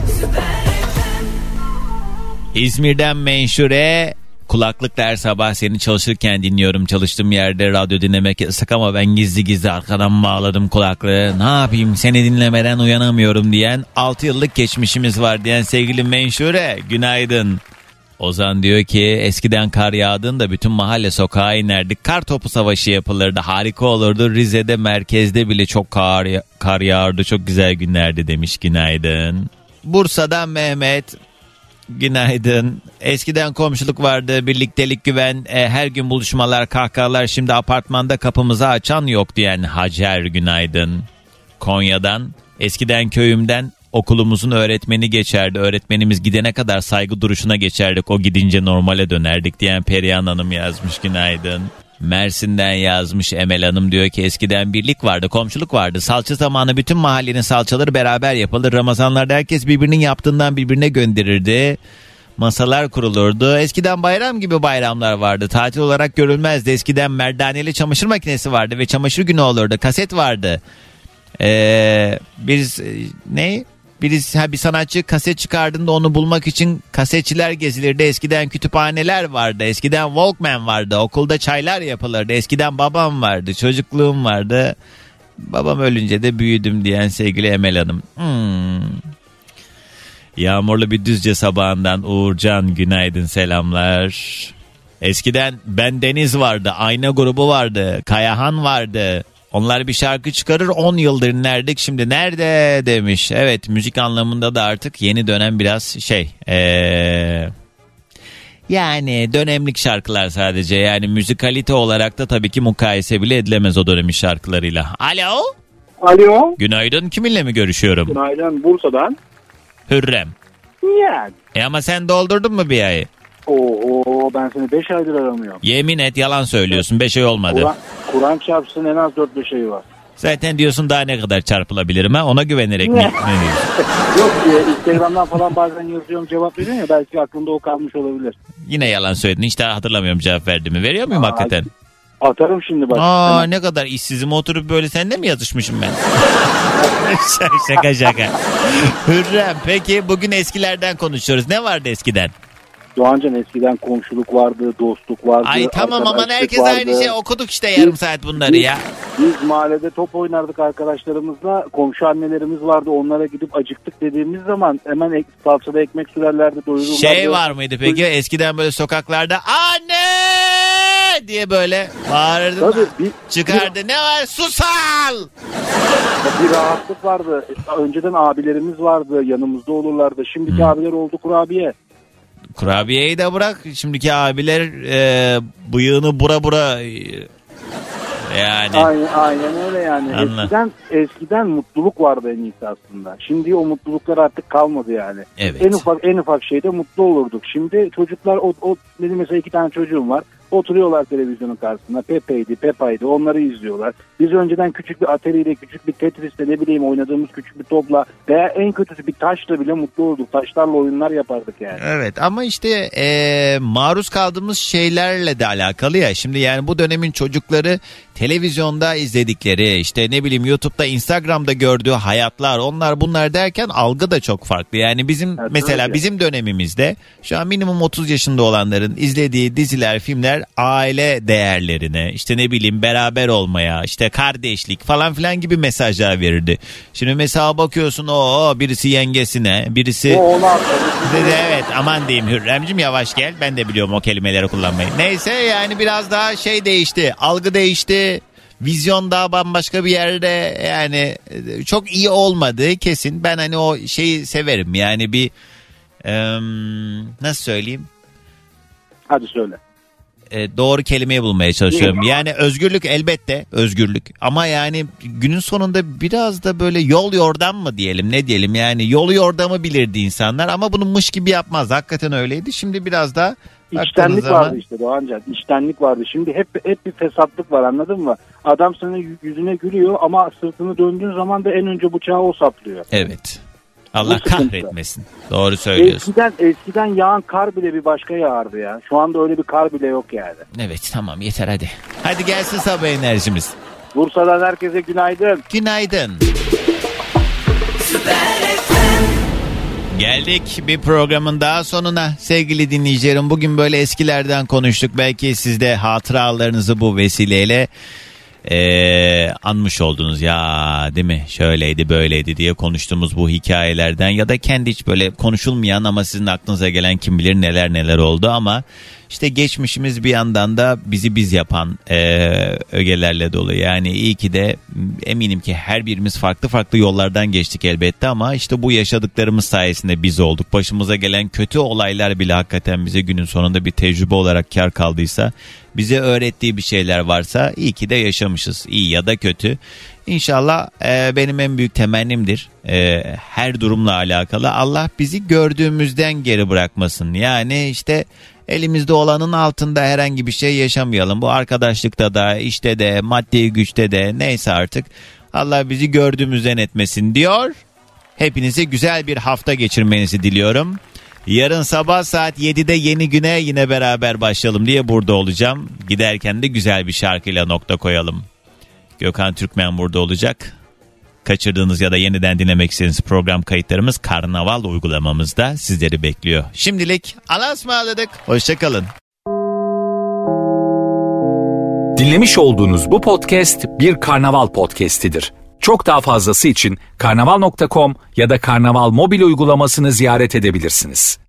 S2: İzmir'den Menşure, kulaklıkla her sabah seni çalışırken dinliyorum. Çalıştığım yerde radyo dinlemek yasak ama ben gizli gizli arkadan bağladım kulaklığı. Ne yapayım, seni dinlemeden uyanamıyorum diyen, 6 yıllık geçmişimiz var diyen sevgili Menşure, günaydın. Ozan diyor ki eskiden kar yağdığında bütün mahalle sokağa inerdik. Kar topu savaşı yapılırdı, harika olurdu. Rize'de merkezde bile çok kar yağardı, çok güzel günlerdi demiş, günaydın. Bursa'dan Mehmet, günaydın. Eskiden komşuluk vardı, birliktelik, güven, her gün buluşmalar, kahkahalar, şimdi apartmanda kapımızı açan yok diyen Hacer, günaydın. Konya'dan, eskiden köyümden okulumuzun öğretmeni geçerdi. Öğretmenimiz gidene kadar saygı duruşuna geçerdik. O gidince normale dönerdik diyen Perihan Hanım yazmış, günaydın. Mersin'den yazmış Emel Hanım, diyor ki eskiden birlik vardı, komşuluk vardı. Salça zamanı bütün mahallenin salçaları beraber yapılır. Ramazanlarda herkes birbirinin yaptığından birbirine gönderirdi. Masalar kurulurdu. Eskiden bayram gibi bayramlar vardı. Tatil olarak görülmezdi. Eskiden merdaneli çamaşır makinesi vardı ve çamaşır günü olurdu. Kaset vardı. Bir sanatçı kaset çıkardığında onu bulmak için kasetçiler gezilirdi. Eskiden kütüphaneler vardı. Eskiden Walkman vardı. Okulda çaylar yapılırdı. Eskiden babam vardı. Çocukluğum vardı. Babam ölünce de büyüdüm diyen sevgili Emel Hanım. Yağmurlu bir Düzce sabahından Uğurcan, günaydın, selamlar. Eskiden Bendeniz vardı. Ayna grubu vardı. Kayahan vardı. Onlar bir şarkı çıkarır, 10 yıldır dinlerdik, şimdi nerede demiş. Evet, müzik anlamında da artık yeni dönem biraz yani dönemlik şarkılar sadece. Yani müzikalite olarak da tabii ki mukayese bile edilemez o dönemin şarkılarıyla. Alo.
S13: Alo.
S2: Günaydın, kiminle mi görüşüyorum?
S13: Günaydın, Bursa'dan.
S2: Hürrem.
S13: Yani.
S2: Ama sen doldurdun mu bir ayı?
S13: Oo, ben seni 5 aydır aramıyorum.
S2: Yemin et, yalan söylüyorsun, 5 ay olmadı.
S13: Kur'an çarpsın, en az 4-5 ayı var.
S2: Zaten diyorsun daha ne kadar çarpılabilirim ha, ona güvenerek mi?
S13: Yok, Instagram'dan falan bazen yazıyorum, cevap veriyorum ya, belki aklımda o kalmış olabilir.
S2: Yine yalan söyledin, hiç daha hatırlamıyorum cevap verdiğimi. Veriyor muyum hakikaten?
S13: Atarım şimdi bak.
S2: Ne kadar işsizim, oturup böyle seninle mi yazışmışım ben? Şaka. Hürrem, peki bugün eskilerden konuşuyoruz. Ne vardı eskiden?
S13: Doğancan, eskiden komşuluk vardı, dostluk vardı.
S2: Ay tamam, aman herkes
S13: vardı.
S2: Aynı şey, okuduk işte yarım saat bunları ya.
S13: Biz mahallede top oynardık arkadaşlarımızla. Komşu annelerimiz vardı, onlara gidip acıktık dediğimiz zaman hemen salçada ekmek sürerlerdi, doyururlardı.
S2: Şey var mıydı peki eskiden böyle sokaklarda anne diye böyle bağırırdın.
S13: Tabii,
S2: çıkardı, ne var susal.
S13: Bir rahatlık vardı. Önceden abilerimiz vardı, yanımızda olurlardı. Şimdiki abiler oldu kurabiye.
S2: Kurabiyeyi de bırak. Şimdiki abiler bıyığını bura yani.
S13: Aynen öyle yani. Eskiden mutluluk vardı en iyisi aslında. Şimdi o mutluluklar artık kalmadı yani.
S2: Evet.
S13: En ufak şeyde mutlu olurduk. Şimdi çocuklar benim mesela 2 tane çocuğum var. Oturuyorlar televizyonun karşısında. Pepa'ydı onları izliyorlar. Biz önceden küçük bir Atari'yle, küçük bir Tetris'te, ne bileyim oynadığımız küçük bir topla veya en kötüsü bir taşla bile mutlu olurduk. Taşlarla oyunlar yapardık yani.
S2: Evet, ama işte maruz kaldığımız şeylerle de alakalı ya. Şimdi yani bu dönemin çocukları televizyonda izledikleri, işte ne bileyim YouTube'da, Instagram'da gördüğü hayatlar, onlar bunlar derken algı da çok farklı. Yani bizim mesela bizim dönemimizde şu an minimum 30 yaşında olanların izlediği diziler, filmler aile değerlerine, işte ne bileyim beraber olmaya, işte kardeşlik falan filan gibi mesajlar verirdi. Şimdi mesela bakıyorsun birisi yengesine, birisi Evet, aman diyeyim Hürremciğim, yavaş gel. Ben de biliyorum o kelimeleri kullanmayı. Neyse, yani biraz daha şey değişti. Algı değişti. Vizyon daha bambaşka bir yerde, yani çok iyi olmadığı kesin. Ben hani o şeyi severim. Yani bir nasıl söyleyeyim?
S13: Hadi söyle.
S2: Doğru kelimeyi bulmaya çalışıyorum. Yani özgürlük, elbette özgürlük. Ama yani günün sonunda biraz da böyle yol yordam mı diyelim, ne diyelim, yani yolu yordamı bilirdi insanlar ama bunu mış gibi yapmaz. Hakikaten öyleydi. Şimdi biraz da
S13: İçtenlik vardı işte Doğancan. İçtenlik vardı. Şimdi hep bir fesatlık var, anladın mı? Adam senin yüzüne gülüyor ama sırtını döndüğün zaman da en önce bıçağı o saplıyor.
S2: Evet. Allah kahretmesin. Doğru söylüyorsun.
S13: Eskiden yağan kar bile bir başka yağardı ya. Şu anda öyle bir kar bile yok yani.
S2: Evet, tamam, yeter hadi. Hadi gelsin sabah enerjimiz.
S13: Bursa'dan herkese günaydın.
S2: Günaydın. Geldik bir programın daha sonuna sevgili dinleyicilerim. Bugün böyle eskilerden konuştuk. Belki siz de hatıralarınızı bu vesileyle anmış oldunuz ya, değil mi? Şöyleydi böyleydi diye konuştuğumuz bu hikayelerden ya da kendi hiç böyle konuşulmayan ama sizin aklınıza gelen kim bilir neler oldu. Ama işte geçmişimiz bir yandan da bizi biz yapan ögelerle dolu. Yani iyi ki de eminim ki her birimiz farklı yollardan geçtik elbette ama işte bu yaşadıklarımız sayesinde biz olduk. Başımıza gelen kötü olaylar bile hakikaten bize günün sonunda bir tecrübe olarak kar kaldıysa, bize öğrettiği bir şeyler varsa iyi ki de yaşamışız, iyi ya da kötü. İnşallah benim en büyük temennimdir her durumla alakalı, Allah bizi gördüğümüzden geri bırakmasın. Yani işte elimizde olanın altında herhangi bir şey yaşamayalım. Bu arkadaşlıkta da, işte de, maddi güçte de, neyse artık Allah bizi gördüğümüzden etmesin diyor. Hepinize güzel bir hafta geçirmenizi diliyorum. Yarın sabah saat 7'de yeni güne yine beraber başlayalım diye burada olacağım. Giderken de güzel bir şarkıyla nokta koyalım. Gökhan Türkmen burada olacak. Kaçırdığınız ya da yeniden dinlemek istediğiniz program kayıtlarımız Karnaval uygulamamızda sizleri bekliyor. Şimdilik Allah'a ısmarladık. Hoşçakalın.
S1: Dinlemiş olduğunuz bu podcast bir Karnaval podcastidir. Çok daha fazlası için karnaval.com ya da Karnaval mobil uygulamasını ziyaret edebilirsiniz.